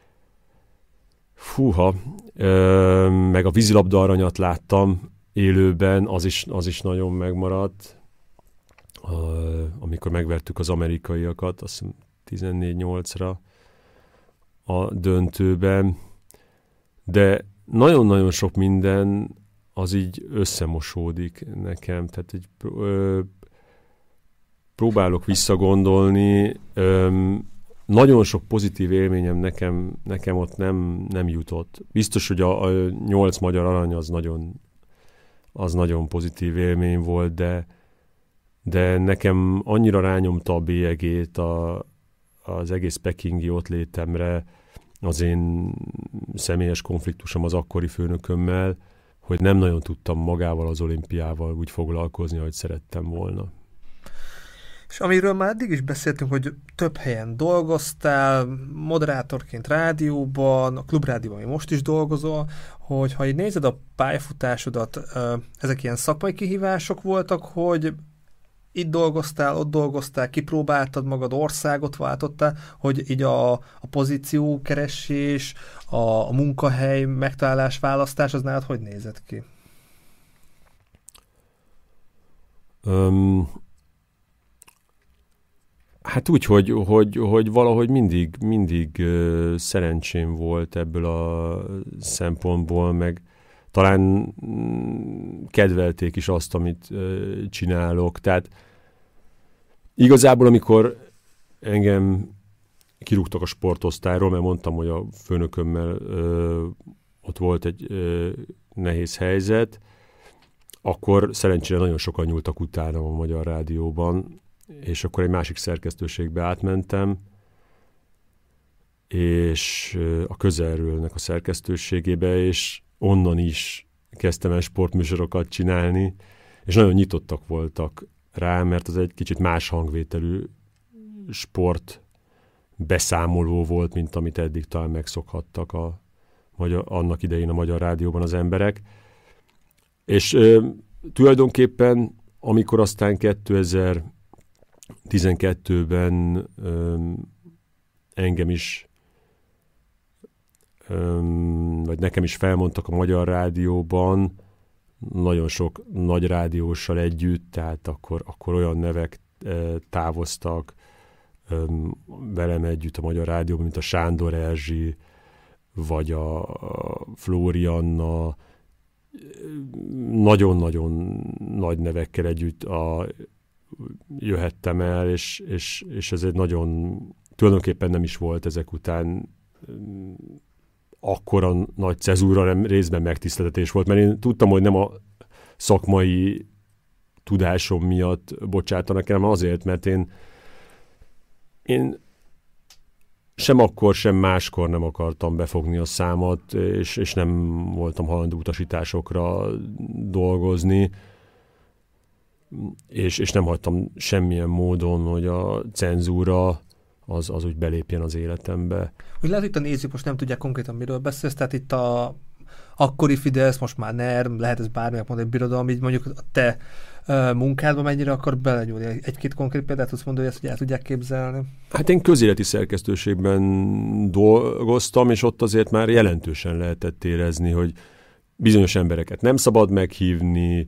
Fúha, ö, meg a vízilabda aranyat láttam élőben, az is, az is nagyon megmaradt. A, amikor megvertük az amerikaiakat, azt hiszem tizennégy nyolcra a döntőben. De nagyon-nagyon sok minden az így összemosódik nekem, tehát így ö, próbálok visszagondolni, ö, nagyon sok pozitív élményem nekem, nekem ott nem, nem jutott. Biztos, hogy a, a nyolc magyar arany az nagyon, az nagyon pozitív élmény volt, de, de nekem annyira rányomta a bélyegét a, az egész pekingi ott létemre, az én személyes konfliktusom az akkori főnökömmel, hogy nem nagyon tudtam magával az olimpiával úgy foglalkozni, ahogy szerettem volna. És amiről már eddig is beszéltünk, hogy több helyen dolgoztál, moderátorként rádióban, a Klubrádióban, ami most is dolgozol, hogy ha így nézed a pályafutásodat, ezek ilyen szakmai kihívások voltak, hogy itt dolgoztál, ott dolgoztál, kipróbáltad magad, országot váltottál, hogy így a, a pozíciókeresés, a, a munkahely megtalálás, választás, az nálad hogy nézett ki? Um, hát úgy, hogy, hogy, hogy valahogy mindig, mindig uh, szerencsém volt ebből a szempontból, meg talán mm, kedvelték is azt, amit uh, csinálok. Tehát igazából, amikor engem kirúgtak a sportosztályról, mert mondtam, hogy a főnökömmel uh, ott volt egy uh, nehéz helyzet, akkor szerencsére nagyon sokan nyúltak utána a Magyar Rádióban, és akkor egy másik szerkesztőségbe átmentem, és a Közelről-nek a szerkesztőségébe, és onnan is kezdtem el sportműsorokat csinálni, és nagyon nyitottak voltak rá, mert az egy kicsit más hangvételű sport beszámoló volt, mint amit eddig talán megszokhattak a magyar, annak idején a Magyar Rádióban az emberek. És ö, tulajdonképpen, amikor aztán kétezer-tizenkettőben ö, engem is, ö, vagy nekem is felmondtak a Magyar Rádióban, nagyon sok nagy rádióssal együtt, tehát akkor, akkor olyan nevek ö, távoztak ö, velem együtt a Magyar Rádióban, mint a Sándor Erzsi, vagy a, a Flórianna, nagyon-nagyon nagy nevekkel együtt a, jöhettem el, és, és, és ez egy nagyon, tulajdonképpen nem is volt ezek után akkora nagy cezúra, nem részben megtiszteltetés volt, mert én tudtam, hogy nem a szakmai tudásom miatt bocsátanak el, hanem azért, mert én, én sem akkor, sem máskor nem akartam befogni a számat, és, és nem voltam hajlandó utasításokra dolgozni, és, és nem hagytam semmilyen módon, hogy a cenzúra az, az úgy belépjen az életembe. Úgy lehet, hogy itt a nézők most nem tudják konkrétan, miről beszélsz, tehát itt a akkori Fidesz, most már NER, lehet ez bármilyen mondani, birodalom, így mondjuk a te uh, munkádban mennyire akar belenyúlni? Egy-két konkrét példát tudsz mondani, hogy ezt hogy el tudják képzelni? Hát én közéleti szerkesztőségben dolgoztam, és ott azért már jelentősen lehetett érezni, hogy bizonyos embereket nem szabad meghívni,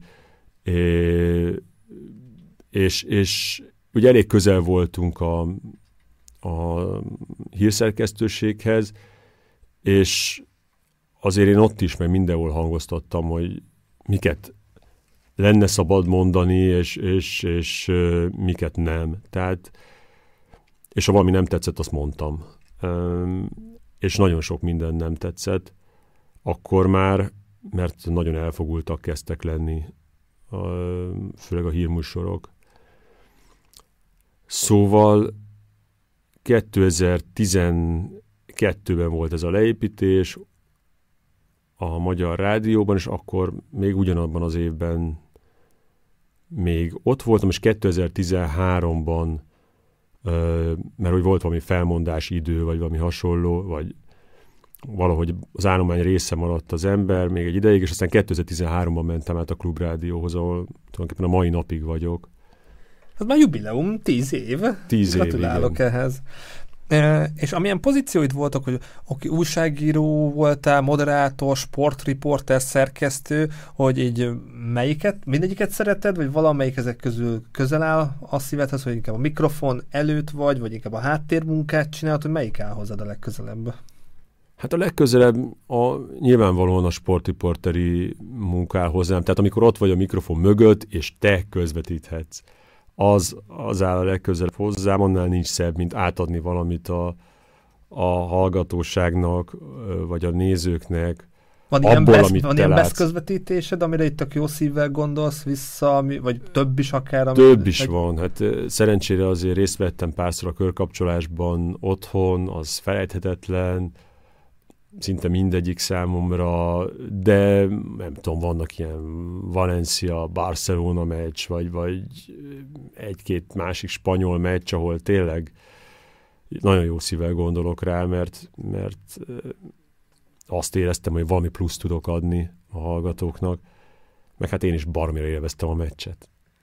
és, és ugye elég közel voltunk a, a hírszerkesztőséghez, és azért én ott is, meg mindenhol hangoztattam, hogy miket lenne szabad mondani, és, és, és uh, miket nem. Tehát, és ha valami nem tetszett, azt mondtam. Um, és nagyon sok minden nem tetszett. Akkor már, mert nagyon elfogultak kezdtek lenni, a, főleg a hírműsorok. Szóval kétezer-tizenkettőben volt ez a leépítés, a Magyar Rádióban, és akkor még ugyanabban az évben még ott voltam, és kétezer-tizenháromban, mert hogy volt valami felmondási idő, vagy valami hasonló, vagy valahogy az állomány része maradt az ember még egy ideig, és aztán kétezer-tizenháromban mentem át a Klubrádióhoz, ahol tulajdonképpen a mai napig vagyok. Ez már jubileum, tíz év. Tíz év, gratulálok igen. ehhez. E, és amilyen pozícióid voltak, hogy oké, újságíró voltál, moderátor, sportriporter, szerkesztő, hogy így melyiket, mindegyiket szereted, vagy valamelyik ezek közül közel áll a szívedhez, hogy inkább a mikrofon előtt vagy, vagy inkább a háttérmunkát csinálod, hogy melyik áll hozzád a legközelebb? Hát a legközelebb a, nyilvánvalóan a sportriporteri munka áll hozzám, tehát amikor ott vagy a mikrofon mögött, és te közvetíthetsz, az, az áll a legközelebb hozzám, annál nincs szebb, mint átadni valamit a, a hallgatóságnak, vagy a nézőknek. Van ilyen, abból, best, van ilyen best közvetítésed, amire itt tök jó szívvel gondolsz vissza, vagy több is akár? Ami, több is egy... van. Hát szerencsére azért részt vettem párszor a körkapcsolásban otthon, az felejthetetlen, szinte mindegyik számomra, de nem tudom, vannak ilyen Valencia-Barcelona meccs, vagy, vagy egy-két másik spanyol meccs, ahol tényleg nagyon jó szívvel gondolok rá, mert, mert azt éreztem, hogy valami plusz tudok adni a hallgatóknak, meg hát én is baromira élveztem a meccset.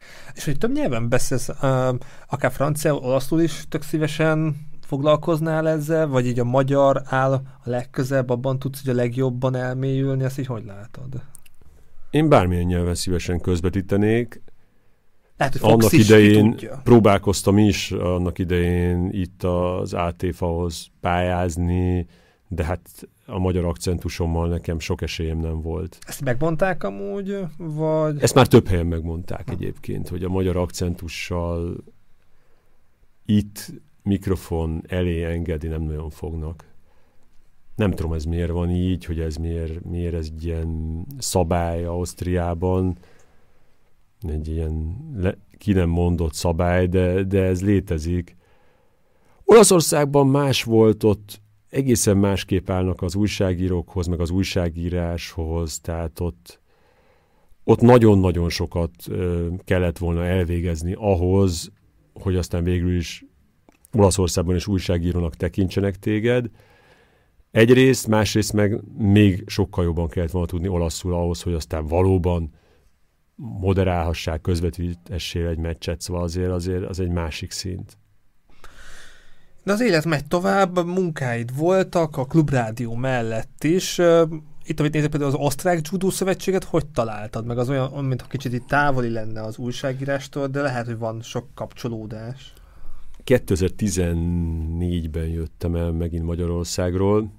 És hogy több nyelven beszélsz, uh, akár franciául, olaszul is tök szívesen foglalkoznál ezzel, vagy így a magyar áll a legközelebb, abban tudsz így a legjobban elmélyülni, ezt így hogy látod? Én bármilyen nyelven szívesen közvetítenék. Lehet, hogy annak is idején tudja. próbálkoztam is, annak idején itt az á té ef á-hoz pályázni, de hát a magyar akcentusommal nekem sok esélyem nem volt. Ezt megmondták amúgy, vagy... Ezt már több helyen megmondták egyébként, hogy a magyar akcentussal itt mikrofon elé engedni nem nagyon fognak. Nem tudom, ez miért van így, hogy ez miért, miért ez egy ilyen szabály Ausztriában, egy ilyen le, ki nem mondott szabály, de, de ez létezik. Olaszországban más volt, ott egészen másképp állnak az újságírókhoz, meg az újságíráshoz, tehát ott, ott nagyon-nagyon sokat ö, kellett volna elvégezni ahhoz, hogy aztán végül is Olaszországban is újságírónak tekintsenek téged. Egyrészt, másrészt meg még sokkal jobban kellett volna tudni olaszul ahhoz, hogy aztán valóban moderálhassák, közvetítessél egy meccset, szóval azért, azért az egy másik szint. De az élet megy tovább, munkáid voltak a Klubrádió mellett is. Itt, amit nézek, például az Osztrák Judo Szövetséget, hogy találtad meg? Az olyan, mintha kicsit itt távoli lenne az újságírástól, de lehet, hogy van sok kapcsolódás. kétezer-tizennégyben jöttem el megint Magyarországról,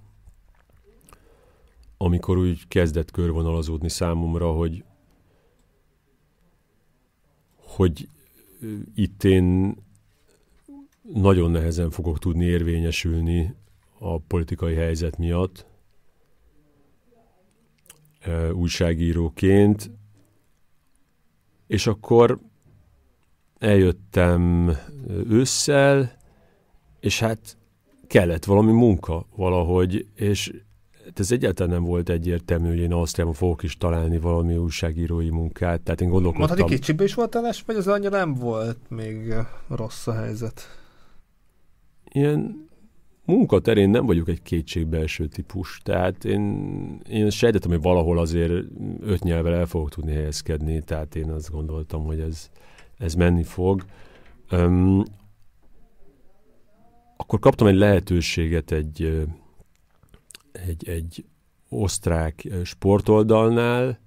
amikor úgy kezdett körvonalazódni számomra, hogy hogy itt én nagyon nehezen fogok tudni érvényesülni a politikai helyzet miatt újságíróként, és akkor eljöttem ősszel, és hát kellett valami munka valahogy, és ez egyáltalán nem volt egyértelmű, hogy én Ausztriában fogok is találni valami újságírói munkát, tehát én gondolkodtam... Mondhatni, kicsibe is voltál, vagy az annyira nem volt még rossz a helyzet? Ilyen munkaterén nem vagyok egy kétségbeeső típus, tehát én, én sejtettem, hogy valahol azért öt nyelvvel el fogok tudni helyezkedni, tehát én azt gondoltam, hogy ez, ez menni fog. Um, akkor kaptam egy lehetőséget egy, egy, egy osztrák sportoldalnál,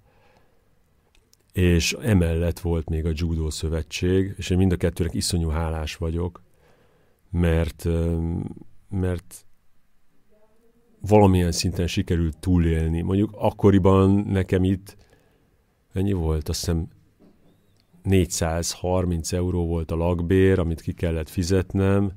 és emellett volt még a Judo Szövetség, és én mind a kettőnek iszonyú hálás vagyok, mert, mert valamilyen szinten sikerült túlélni. Mondjuk akkoriban nekem itt ennyi volt, azt hiszem négyszázharminc euró volt a lakbér, amit ki kellett fizetnem,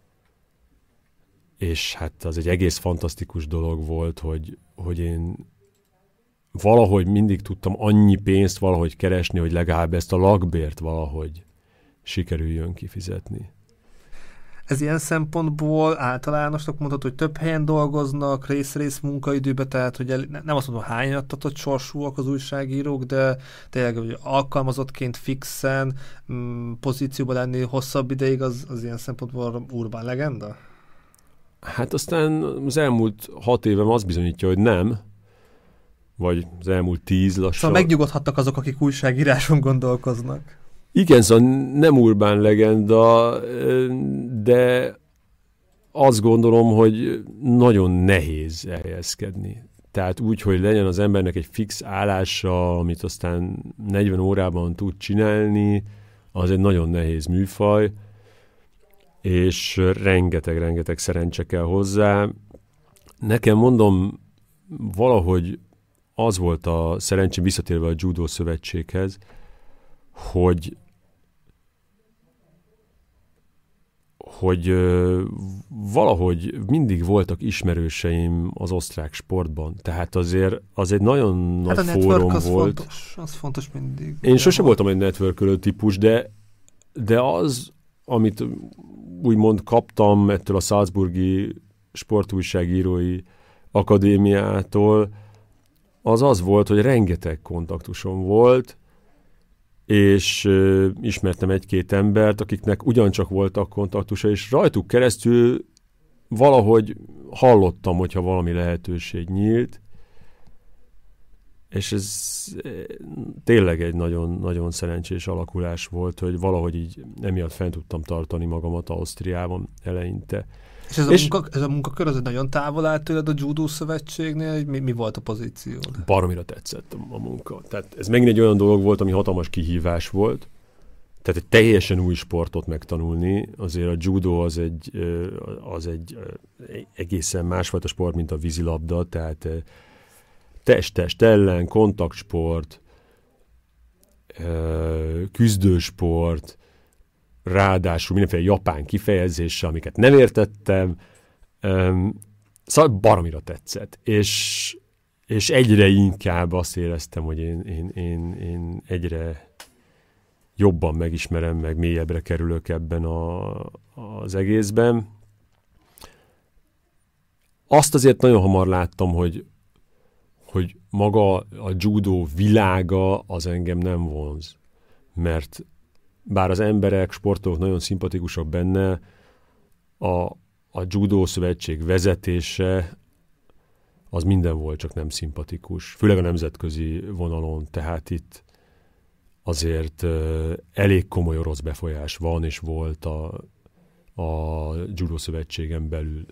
és hát az egy egész fantasztikus dolog volt, hogy, hogy én valahogy mindig tudtam annyi pénzt valahogy keresni, hogy legalább ezt a lakbért valahogy sikerüljön kifizetni. Ez ilyen szempontból általánosnak mondhatod, hogy több helyen dolgoznak, rész-rész munkaidőben, tehát hogy el, nem azt mondom, hányattatott sorsúak az újságírók, de tényleg hogy alkalmazottként fixen mm, pozícióban lenni hosszabb ideig, az, az ilyen szempontból urbán legenda? Hát aztán az elmúlt hat évem azt bizonyítja, hogy nem, vagy az elmúlt tíz lassan. Szóval megnyugodhattak azok, akik újságíráson gondolkoznak. Igen, szóval nem urbán legenda, de azt gondolom, hogy nagyon nehéz elhelyezkedni. Tehát úgy, hogy legyen az embernek egy fix állása, amit aztán negyven órában tud csinálni, az egy nagyon nehéz műfaj, és rengeteg-rengeteg szerencse kell hozzá. Nekem mondom, valahogy az volt a szerencsém visszatérve a Judo Szövetséghez, hogy hogy ö, valahogy mindig voltak ismerőseim az osztrák sportban. Tehát azért az egy nagyon hát nagy fórum az volt. Fontos, az fontos mindig. Én sose voltam egy networkölő típus, de, de az, amit úgymond kaptam ettől a Salzburgi sportújságírói akadémiától, az az volt, hogy rengeteg kontaktusom volt, és uh, ismertem egy-két embert, akiknek ugyancsak voltak kontaktusa, és rajtuk keresztül valahogy hallottam, hogyha valami lehetőség nyílt, és ez tényleg egy nagyon, nagyon szerencsés alakulás volt, hogy valahogy így emiatt fent tudtam tartani magamat Ausztriában eleinte. És ez, és a, munka, ez a munkakör az nagyon távol állt tőled a Judo Szövetségnél? Mi, mi volt a pozíciód? Baromira tetszett a munka. Tehát ez megint egy olyan dolog volt, ami hatalmas kihívás volt. Tehát egy teljesen új sportot megtanulni. Azért a judo az egy, az egy egészen másfajta sport, mint a vízilabda. Tehát test-test ellen, kontaktsport, küzdősport, ráadásul mindenféle japán kifejezéssel, amiket nem értettem. Szóval baromira tetszett. És, és egyre inkább azt éreztem, hogy én, én, én, én egyre jobban megismerem, meg mélyebbre kerülök ebben a, az egészben. Azt azért nagyon hamar láttam, hogy, hogy maga a judo világa az engem nem vonz. Mert bár az emberek, sportolók nagyon szimpatikusak benne, a, a Judo Szövetség vezetése az minden volt, csak nem szimpatikus. Főleg a nemzetközi vonalon. Tehát itt azért uh, elég komoly orosz befolyás van, és volt a, a Judo Szövetségen belül.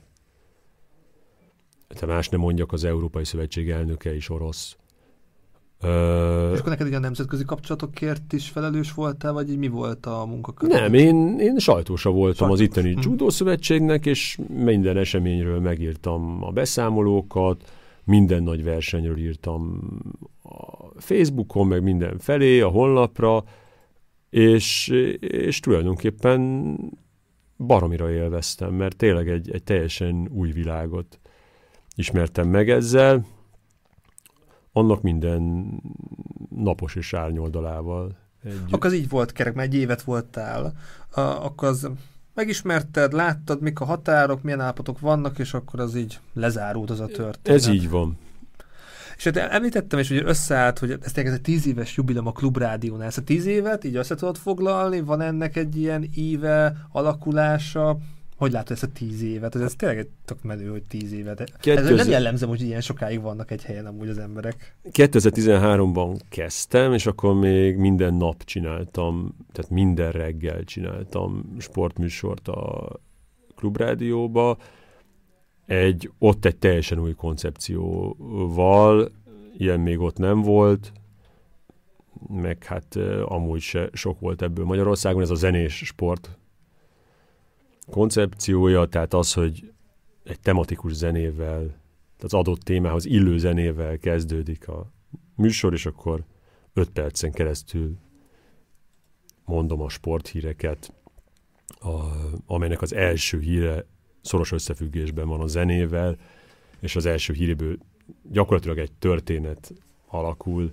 Te más nem mondjak, az Európai Szövetség elnöke is orosz. Uh, és akkor neked így a nemzetközi kapcsolatokért is felelős voltál, vagy így mi volt a munkakör? Nem, én, én sajtósa voltam Sajtós. az itteni hm. Judo Szövetségnek, és minden eseményről megírtam a beszámolókat, minden nagy versenyről írtam a Facebookon, meg mindenfelé, a honlapra, és, és tulajdonképpen baromira élveztem, mert tényleg egy, egy teljesen új világot ismertem meg ezzel, annak minden napos és árnyoldalával. Egy... Akkor az így volt, kerek, mert egy évet voltál, akkor az megismerted, láttad, mik a határok, milyen állapotok vannak, és akkor az így lezárult az a történet. Ez így van. És hát említettem is, hogy összeállt, hogy ez tényleg ez egy tíz éves jubileum a Klubrádiónál. Ezt a tíz évet így össze tudod foglalni? Van ennek egy ilyen íve, alakulása? Hogy látod ezt a tíz évet? Ez, ez tényleg egy tök menő, hogy tíz évet. Ez nem jellemzem, hogy ilyen sokáig vannak egy helyen amúgy az emberek. kétezer-tizenháromban kezdtem, és akkor még minden nap csináltam, tehát minden reggel csináltam sportműsort a Klubrádióba. Egy, ott egy teljesen új koncepcióval, ilyen még ott nem volt, meg hát amúgy se sok volt ebből Magyarországon, ez a zenés sport koncepciója, tehát az, hogy egy tematikus zenével, az adott témához illő zenével kezdődik a műsor, és akkor öt percen keresztül mondom a sporthíreket, a, amelynek az első híre szoros összefüggésben van a zenével, és az első híréből gyakorlatilag egy történet alakul.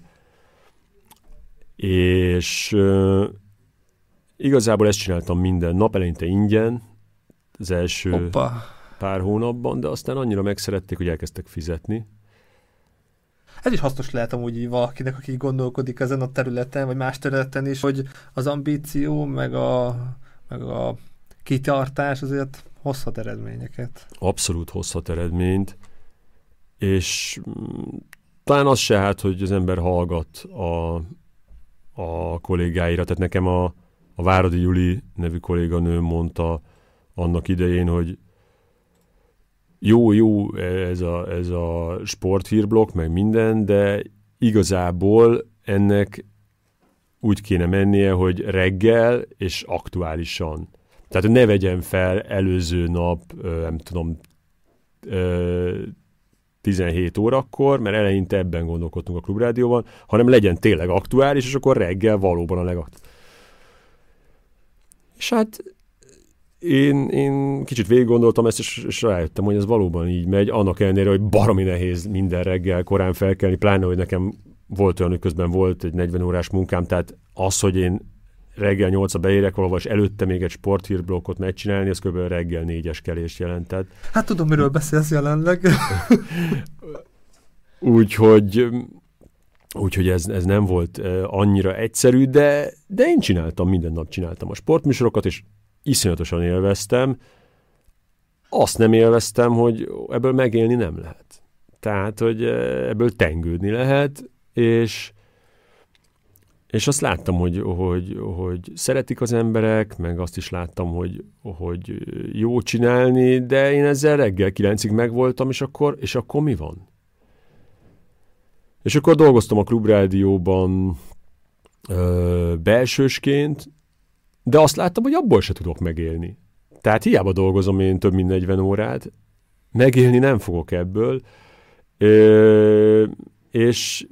És uh, igazából ezt csináltam minden nap, eleinte ingyen, az első Hoppa. pár hónapban, de aztán annyira megszerették, hogy elkezdtek fizetni. Ez is hasznos lehet amúgy így valakinek, aki gondolkodik ezen a területen, vagy más területen is, hogy az ambíció, meg a, meg a kitartás azért hozhat eredményeket. Abszolút hozhat eredményt, és talán az se hát, hogy az ember hallgat a, a kollégáira. Tehát nekem a, a Váradi Juli nevű kolléganőm mondta annak idején, hogy jó, jó ez a, ez a sporthírblokk, meg minden, de igazából ennek úgy kéne mennie, hogy reggel és aktuálisan. Tehát ne vegyen fel előző nap, nem tudom, tizenhét órakor, mert eleinte ebben gondolkodtunk a Klubrádióban, hanem legyen tényleg aktuális, és akkor reggel valóban a legaktuális. És hát én, én kicsit végig gondoltam ezt, és, és rájöttem, hogy ez valóban így megy, annak ellenére, hogy baromi nehéz minden reggel korán felkelni, pláne, hogy nekem volt olyan, hogy közben volt egy negyven órás munkám, tehát az, hogy én reggel nyolcra beérek valahol, és előtte még egy sporthírblokkot megcsinálni, az kb. Reggel négyes kelést jelentett. Hát tudom, miről beszélsz jelenleg. Úgyhogy úgyhogy ez, ez nem volt annyira egyszerű, de, de én csináltam, minden nap csináltam a sportműsorokat, és iszonyatosan élveztem. Azt nem élveztem, hogy ebből megélni nem lehet. Tehát, hogy ebből tengődni lehet, és És azt láttam, hogy, hogy, hogy szeretik az emberek, meg azt is láttam, hogy, hogy jó csinálni, de én ezzel reggel kilencig megvoltam, és akkor, és akkor mi van? És akkor dolgoztam a Klubrádióban ö, belsősként, de azt láttam, hogy abból se tudok megélni. Tehát hiába dolgozom én több mint negyven órát, megélni nem fogok ebből, ö, és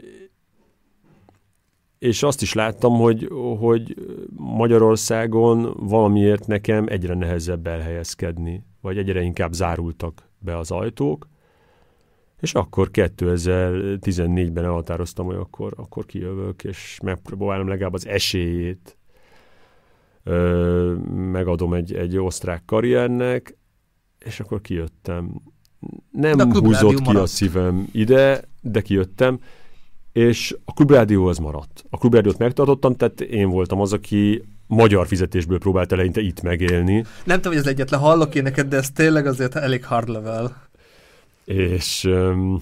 És azt is láttam, hogy, hogy Magyarországon valamiért nekem egyre nehezebb elhelyezkedni, vagy egyre inkább zárultak be az ajtók, és akkor kétezer-tizennégyben elhatároztam, hogy akkor, akkor kijövök, és megpróbálom legalább az esélyét ö, megadom egy, egy osztrák karriernek, és akkor kijöttem. Nem húzott ki maradt a szívem ide, de kijöttem, és a Klubrádió az maradt. A Klubrádiót megtartottam, tehát én voltam az, aki magyar fizetésből próbált eleinte itt megélni. Nem tudom, hogy ez egyetlen hallok én neked, de ez tényleg azért elég hard level. És um,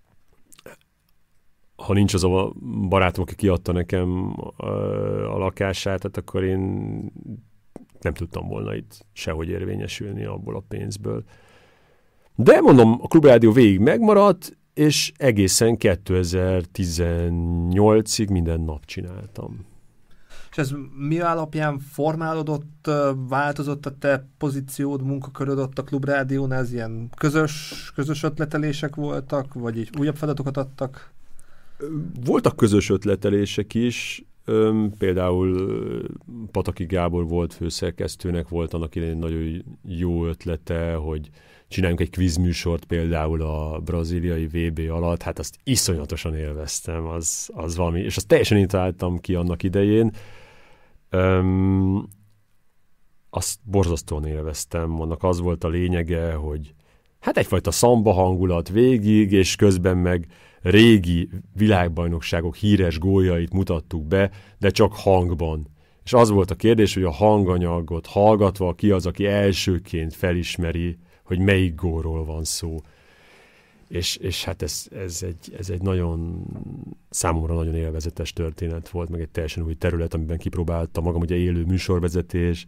ha nincs az a barátom, aki kiadta nekem a, a lakását, tehát akkor én nem tudtam volna itt sehogy érvényesülni abból a pénzből. De mondom, a Klubrádió végig megmaradt, és egészen kétezer-tizennyolcig minden nap csináltam. És ez mi alapján formálódott, változott a te pozíciód, munkaköröd ott a Klubrádiónál? Ez ilyen közös, közös ötletelések voltak, vagy így újabb feladatokat adtak? Voltak közös ötletelések is, például Pataki Gábor volt főszerkesztőnek, volt annak idején nagyon jó ötlete, hogy csináljunk egy kvízműsort például a brazíliai vé bé alatt, hát azt iszonyatosan élveztem, az, az valami, és azt teljesen én találtam ki annak idején. Öm, azt borzasztóan élveztem, annak az volt a lényege, hogy hát egyfajta szamba hangulat végig, és közben meg régi világbajnokságok híres góljait mutattuk be, de csak hangban. És az volt a kérdés, hogy a hanganyagot hallgatva ki az, aki elsőként felismeri, hogy melyik gólról van szó. És, és hát ez, ez, egy, ez egy nagyon, számomra nagyon élvezetes történet volt, meg egy teljesen új terület, amiben kipróbáltam magam, ugye élő műsorvezetés.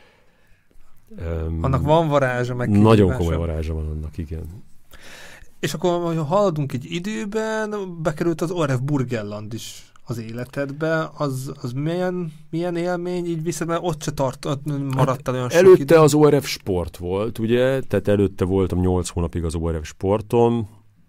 Annak van varázsa, meg nagyon komoly varázsa van annak, igen. És akkor, ha haladunk egy időben, bekerült az o er ef Burgenland is az életedbe, az, az milyen, milyen élmény, így viszont mert ott se tart, ott maradtál olyan hát sok előtte idő. az o er ef Sport volt, ugye, tehát előtte voltam nyolc hónapig az o er ef Sporton,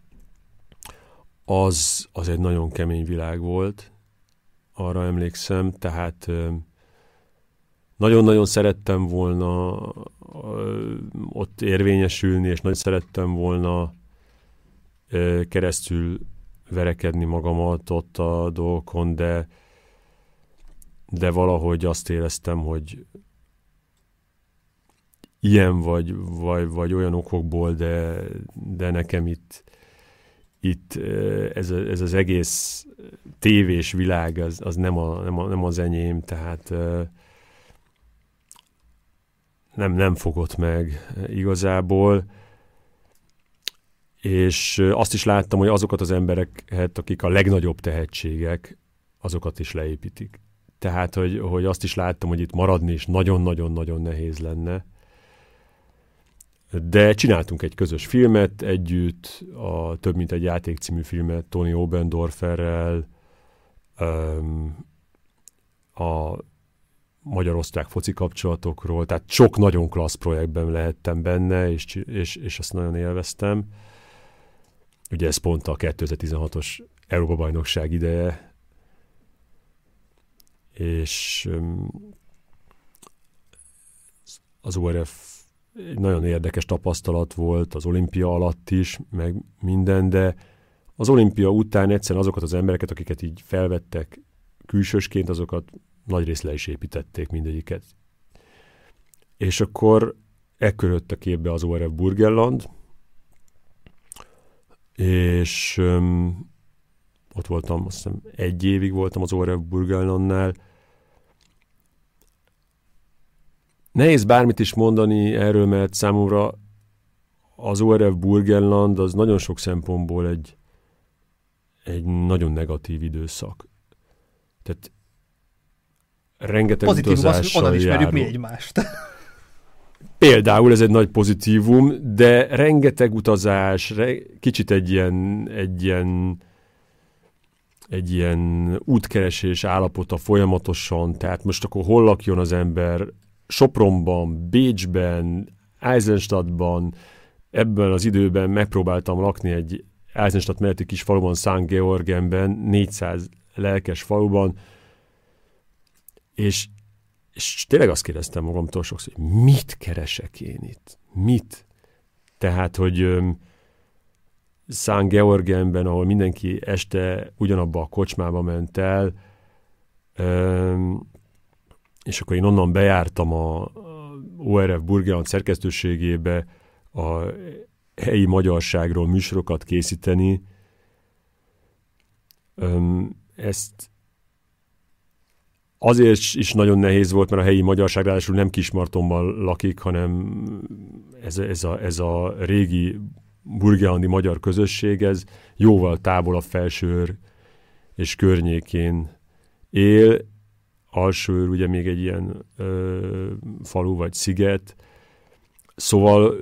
az, az egy nagyon kemény világ volt, arra emlékszem, tehát nagyon-nagyon szerettem volna ott érvényesülni, és nagyon szerettem volna keresztül verekedni magamat ott a dolgokon, de, de valahogy azt éreztem, hogy ilyen vagy, vagy, vagy olyan okokból, de, de nekem itt, itt ez, ez az egész tévés világ, az, az nem, a, nem, a, nem az enyém, tehát nem, nem fogott meg igazából. És azt is láttam, hogy azokat az embereket, akik a legnagyobb tehetségek, azokat is leépítik. Tehát, hogy, hogy azt is láttam, hogy itt maradni is nagyon-nagyon-nagyon nehéz lenne. De csináltunk egy közös filmet együtt, a Több mint egy játék című filmet Toni Obendorferrel, a magyar-osztrák foci kapcsolatokról, tehát sok nagyon klassz projektben lehettem benne, és, és, és azt nagyon élveztem. Ugye ez pont a kétezer-tizenhatos Európa-bajnokság ideje, és az o er ef egy nagyon érdekes tapasztalat volt az olimpia alatt is, meg minden, de az olimpia után egyszerűen azokat az embereket, akiket így felvettek külsősként, azokat nagyrészt le is építették mindegyiket. És akkor ekkor jött a képbe az o er ef Burgenland, és öm, ott voltam, azt hiszem egy évig voltam az o er ef Burgenlandnál. Nehéz bármit is mondani erről, mert számomra az o er ef Burgenland az nagyon sok szempontból egy, egy nagyon negatív időszak. Tehát rengeteg pozitívum utazással az, hogy onnan ismerjük járó. mi egymást. Például ez egy nagy pozitívum, de rengeteg utazás, re- kicsit egy ilyen, egy ilyen egy ilyen útkeresés állapota folyamatosan, tehát most akkor hol lakjon az ember, Sopronban, Bécsben, Eisenstadtban, ebben az időben megpróbáltam lakni egy Eisenstadt melletti kis faluban, Sankt Georgenben, négyszáz lelkes faluban, és, és tényleg azt kérdeztem magamtól sokszor, hogy mit keresek én itt? Mit? Tehát, hogy öm, Sankt Georgenben, ahol mindenki este ugyanabba a kocsmába ment el, öm, és akkor én onnan bejártam a o er ef Burgenland szerkesztőségébe a helyi magyarságról műsorokat készíteni. Öm, ezt azért is nagyon nehéz volt, mert a helyi magyarság ráadásul nem Kismartonban lakik, hanem ez, ez, a, ez a régi burgenlandi magyar közösség, ez jóval távol a Felsőr és környékén él. Alsóőr ugye még egy ilyen ö, falu vagy sziget. Szóval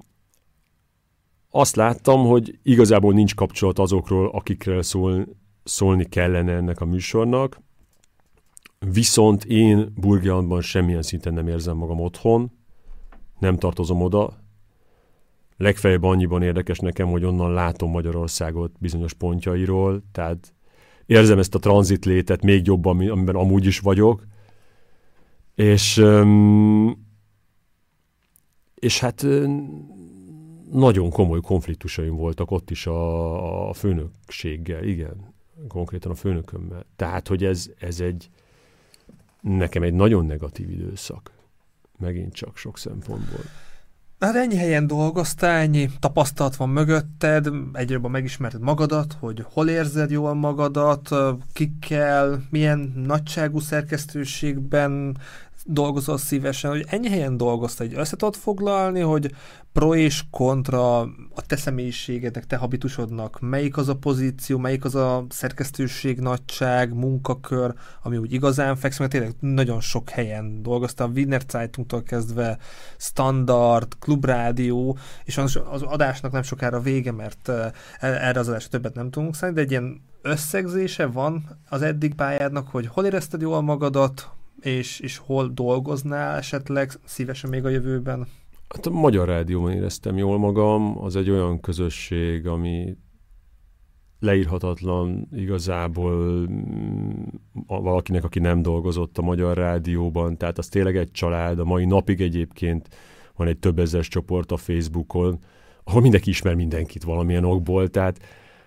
azt láttam, hogy igazából nincs kapcsolat azokról, akikről szól, szólni kellene ennek a műsornak. Viszont én Burgenlandban semmilyen szinten nem érzem magam otthon, nem tartozom oda. Legfeljebb annyiban érdekes nekem, hogy onnan látom Magyarországot bizonyos pontjairól, tehát érzem ezt a tranzitlétet még jobban, amiben amúgy is vagyok. És, és hát nagyon komoly konfliktusaim voltak ott is a, a főnökséggel, igen, konkrétan a főnökömmel. Tehát, hogy ez, ez egy nekem egy nagyon negatív időszak. Megint csak sok szempontból. Hát ennyi helyen dolgoztál, ennyi tapasztalat van mögötted, egyre jobban megismerted magadat, hogy hol érzed jól magadat, kikkel, milyen nagyságú szerkesztőségben dolgozol szívesen, hogy ennyi helyen dolgoztál, hogy össze tudod foglalni, hogy pro és kontra a te személyiségednek, te habitusodnak, melyik az a pozíció, melyik az a szerkesztőség, nagyság, munkakör, ami úgy igazán fekszik, mert tényleg nagyon sok helyen dolgoztam, Wiener Zeitungtól kezdve, Standard, Klubrádió, és az adásnak nem sokára vége, mert erre az adásra többet nem tudunk szállni, de egy ilyen összegzése van az eddig pályádnak, hogy hol érezted jól magadat, és, és hol dolgoznál esetleg szívesen még a jövőben? Hát a Magyar Rádióban éreztem jól magam, az egy olyan közösség, ami leírhatatlan igazából valakinek, aki nem dolgozott a Magyar Rádióban, tehát az tényleg egy család, a mai napig egyébként van egy több ezeres csoport a Facebookon, ahol mindenki ismer mindenkit valamilyen okból, tehát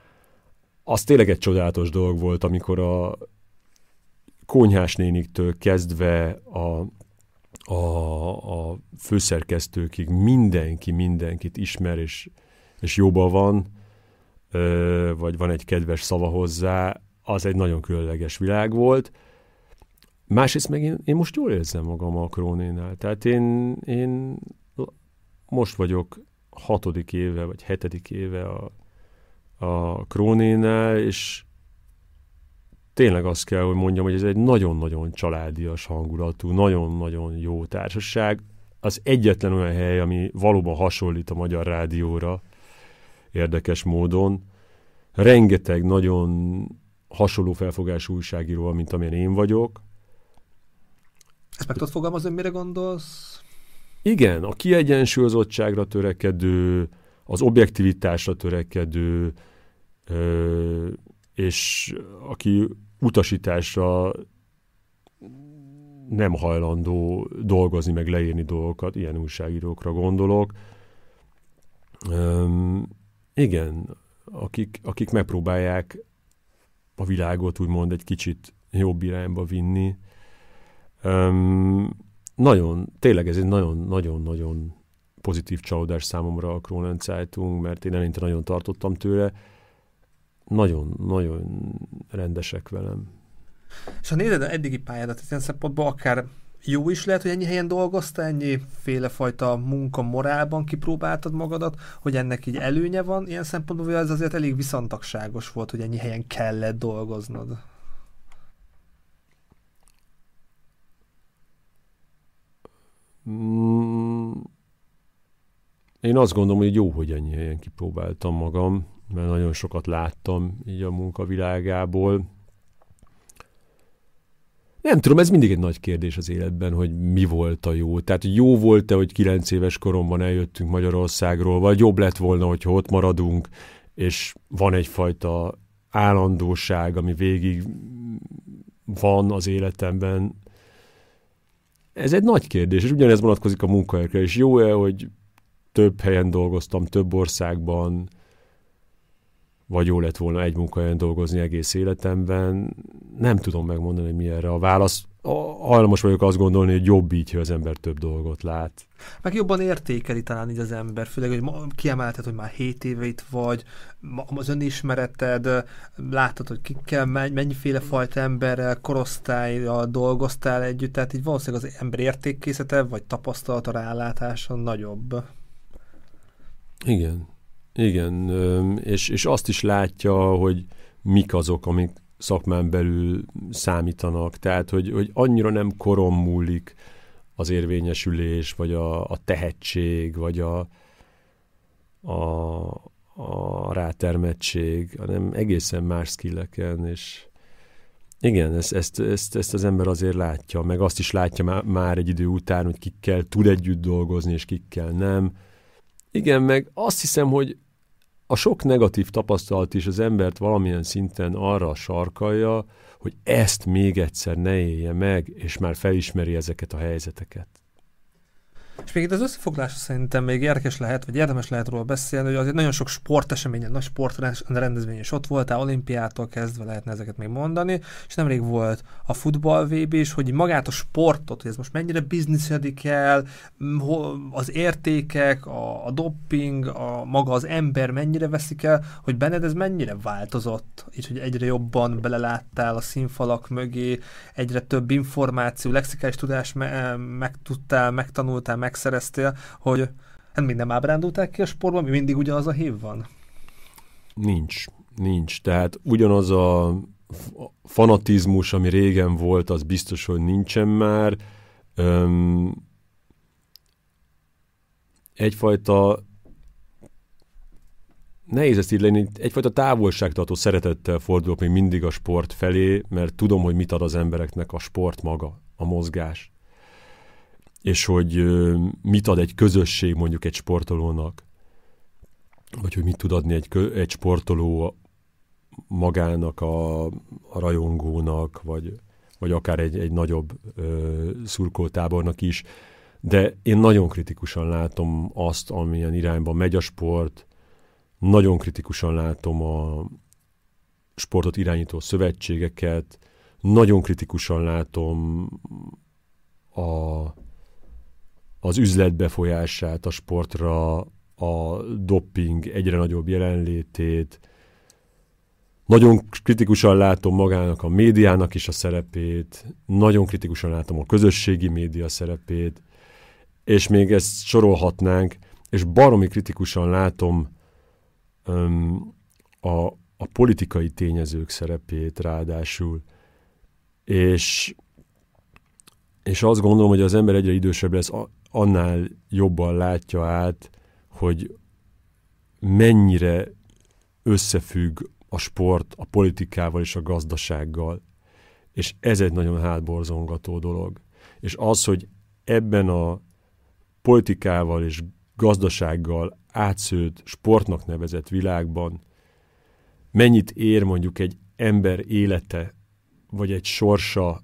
az tényleg egy csodálatos dolog volt, amikor a Konyhás néniktől kezdve a, a, a főszerkesztőkig mindenki mindenkit ismer, és, és jóban van, vagy van egy kedves szava hozzá, az egy nagyon különleges világ volt. Másrészt meg én, én most jól érzem magam a Krónénál. Tehát én, én most vagyok hatodik éve, vagy hetedik éve a, a Krónénál, és tényleg azt kell, hogy mondjam, hogy ez egy nagyon-nagyon családias hangulatú, nagyon-nagyon jó társaság. Az egyetlen olyan hely, ami valóban hasonlít a Magyar Rádióra, érdekes módon. Rengeteg nagyon hasonló felfogású újságíró, mint amilyen én vagyok. Ezt meg tudod fogalmazni, mire gondolsz? Igen, a kiegyensúlyozottságra törekedő, az objektivitásra törekedő, ö, és aki utasításra nem hajlandó dolgozni, meg leírni dolgokat, ilyen újságírókra gondolok. Üm, igen, akik, akik megpróbálják a világot úgymond egy kicsit jobb irányba vinni. Üm, nagyon, tényleg ez egy nagyon-nagyon-nagyon pozitív csalódás számomra a Kronen Zeitung, mert én eleinte nagyon tartottam tőle. Nagyon-nagyon rendesek velem. És ha nézed az eddigi pályádat, ilyen szempontból akár jó is lehet, hogy ennyi helyen dolgoztál, ennyi félefajta munka morálban kipróbáltad magadat, hogy ennek így előnye van ilyen szempontból, hogy ez azért elég viszontagságos volt, hogy ennyi helyen kellett dolgoznod. Mm, én azt gondolom, hogy jó, hogy ennyi helyen kipróbáltam magam, mert nagyon sokat láttam így a munkavilágából. Nem tudom, ez mindig egy nagy kérdés az életben, hogy mi volt a jó. Tehát jó volt-e, hogy kilenc éves koromban eljöttünk Magyarországról, vagy jobb lett volna, hogyha ott maradunk, és van egyfajta állandóság, ami végig van az életemben. Ez egy nagy kérdés, és ugyanez vonatkozik a munkahelyekre, és jó-e, hogy több helyen dolgoztam, több országban, vagy jó lett volna egy munkahelyen dolgozni egész életemben. Nem tudom megmondani, hogy mi erre a válasz. Hajlamos vagyok azt gondolni, hogy jobb így, hogy az ember több dolgot lát. Meg jobban értékeli talán így az ember, főleg, hogy kiemelted, hogy már hét éve itt vagy, az önismereted, látod, hogy kikkel, mennyiféle fajta emberrel, korosztályjal dolgoztál együtt, tehát így valószínűleg az ember értékkészlete, vagy tapasztalata, rálátása nagyobb. Igen. Igen, és, és azt is látja, hogy mik azok, amik szakmán belül számítanak. Tehát, hogy, hogy annyira nem koron múlik az érvényesülés, vagy a, a tehetség, vagy a, a, a rátermettség, hanem egészen más skilleken, és igen, ezt, ezt, ezt, ezt az ember azért látja, meg azt is látja már, már egy idő után, hogy kikkel tud együtt dolgozni, és kikkel nem. Igen, meg azt hiszem, hogy a sok negatív tapasztalat is az embert valamilyen szinten arra sarkalja, hogy ezt még egyszer ne élje meg, és már felismeri ezeket a helyzeteket. És még itt az összefoglalásra szerintem még érdekes lehet, vagy érdemes lehet róla beszélni, hogy azért nagyon sok sporteseményen, nagy sportrendezvény is ott voltál, olimpiától kezdve lehetne ezeket még mondani, és nemrég volt a futball vé bé is, hogy magát a sportot, hogy ez most mennyire bizniszedik el, az értékek, a, a doping, a, maga az ember mennyire veszik el, hogy benned ez mennyire változott, így, hogy egyre jobban beleláttál a színfalak mögé, egyre több információ, lexikális tudást me- megtudtál, megtanultál, megszereztél, hogy hát még nem ábrándulták ki a sportban, mi mindig ugyanaz a hív van? Nincs, nincs. Tehát ugyanaz a fanatizmus, ami régen volt, az biztos, hogy nincsen már. Öm, egyfajta nehéz ezt így lenni, egyfajta távolságtartó szeretettel fordulok még mindig a sport felé, mert tudom, hogy mit ad az embereknek a sport maga, a mozgás. És hogy mit ad egy közösség mondjuk egy sportolónak, vagy hogy mit tud adni egy, egy sportoló magának, a, a rajongónak, vagy, vagy akár egy, egy nagyobb ö, szurkoltábornak is. De én nagyon kritikusan látom azt, amilyen irányba megy a sport, nagyon kritikusan látom a sportot irányító szövetségeket, nagyon kritikusan látom a az üzlet befolyását a sportra, a doping egyre nagyobb jelenlétét. Nagyon kritikusan látom magának a médiának is a szerepét, nagyon kritikusan látom a közösségi média szerepét, és még ezt sorolhatnánk, és baromi kritikusan látom um, a, a politikai tényezők szerepét ráadásul. És, és azt gondolom, hogy az ember egyre idősebb lesz, annál jobban látja át, hogy mennyire összefügg a sport a politikával és a gazdasággal. És ez egy nagyon hátborzongató dolog. És az, hogy ebben a politikával és gazdasággal átszőtt sportnak nevezett világban mennyit ér mondjuk egy ember élete, vagy egy sorsa,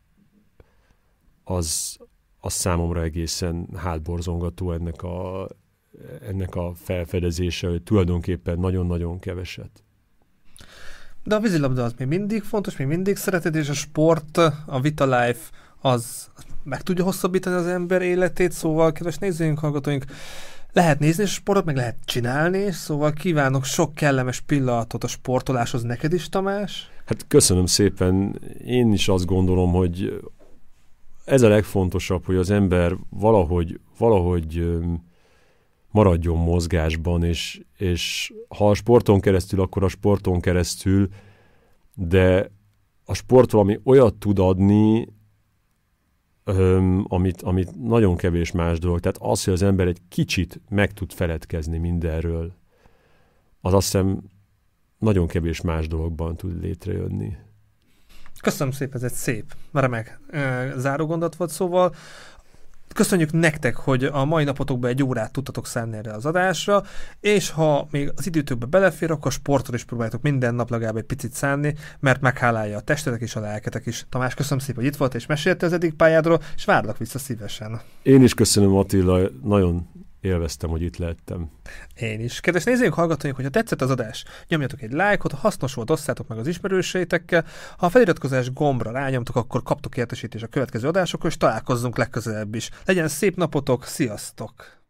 az, az számomra egészen hátborzongató ennek a, ennek a felfedezése, hogy tulajdonképpen nagyon-nagyon keveset. De a vízilabda az még mindig fontos, még mindig szereted, és a sport, a Vitalife az meg tudja hosszabbítani az ember életét, szóval kedves nézőink, hallgatóink, lehet nézni a sportot, meg lehet csinálni, szóval kívánok sok kellemes pillanatot a sportoláshoz neked is, Tamás. Hát köszönöm szépen, én is azt gondolom, hogy ez a legfontosabb, hogy az ember valahogy, valahogy maradjon mozgásban, és, és ha a sporton keresztül, akkor a sporton keresztül, de a sport valami olyat tud adni, öm, amit, amit nagyon kevés más dolog. Tehát az, hogy az ember egy kicsit meg tud feledkezni mindenről, az azt hiszem nagyon kevés más dologban tud létrejönni. Köszönöm szépen, ez egy szép, remek zárógondat volt, szóval köszönjük nektek, hogy a mai napotokban egy órát tudtatok szánni erre az adásra, és ha még az időtökbe belefér, akkor sportra is próbáljátok minden nap legalább egy picit szánni, mert meghálálja a testetek és a lelketek is. Tamás, köszönöm szépen, hogy itt volt, és meséltél az eddig pályádról, és várlak vissza szívesen. Én is köszönöm, Attila, nagyon élveztem, hogy itt lehettem. Én is. Kedves nézőink, hallgatóink, hogyha tetszett az adás, nyomjatok egy lájkot, ha hasznos volt, osszátok meg az ismerőseitekkel. Ha a feliratkozás gombra rányomtok, akkor kaptok értesítést a következő adásokról, és találkozzunk legközelebb is. Legyen szép napotok, sziasztok!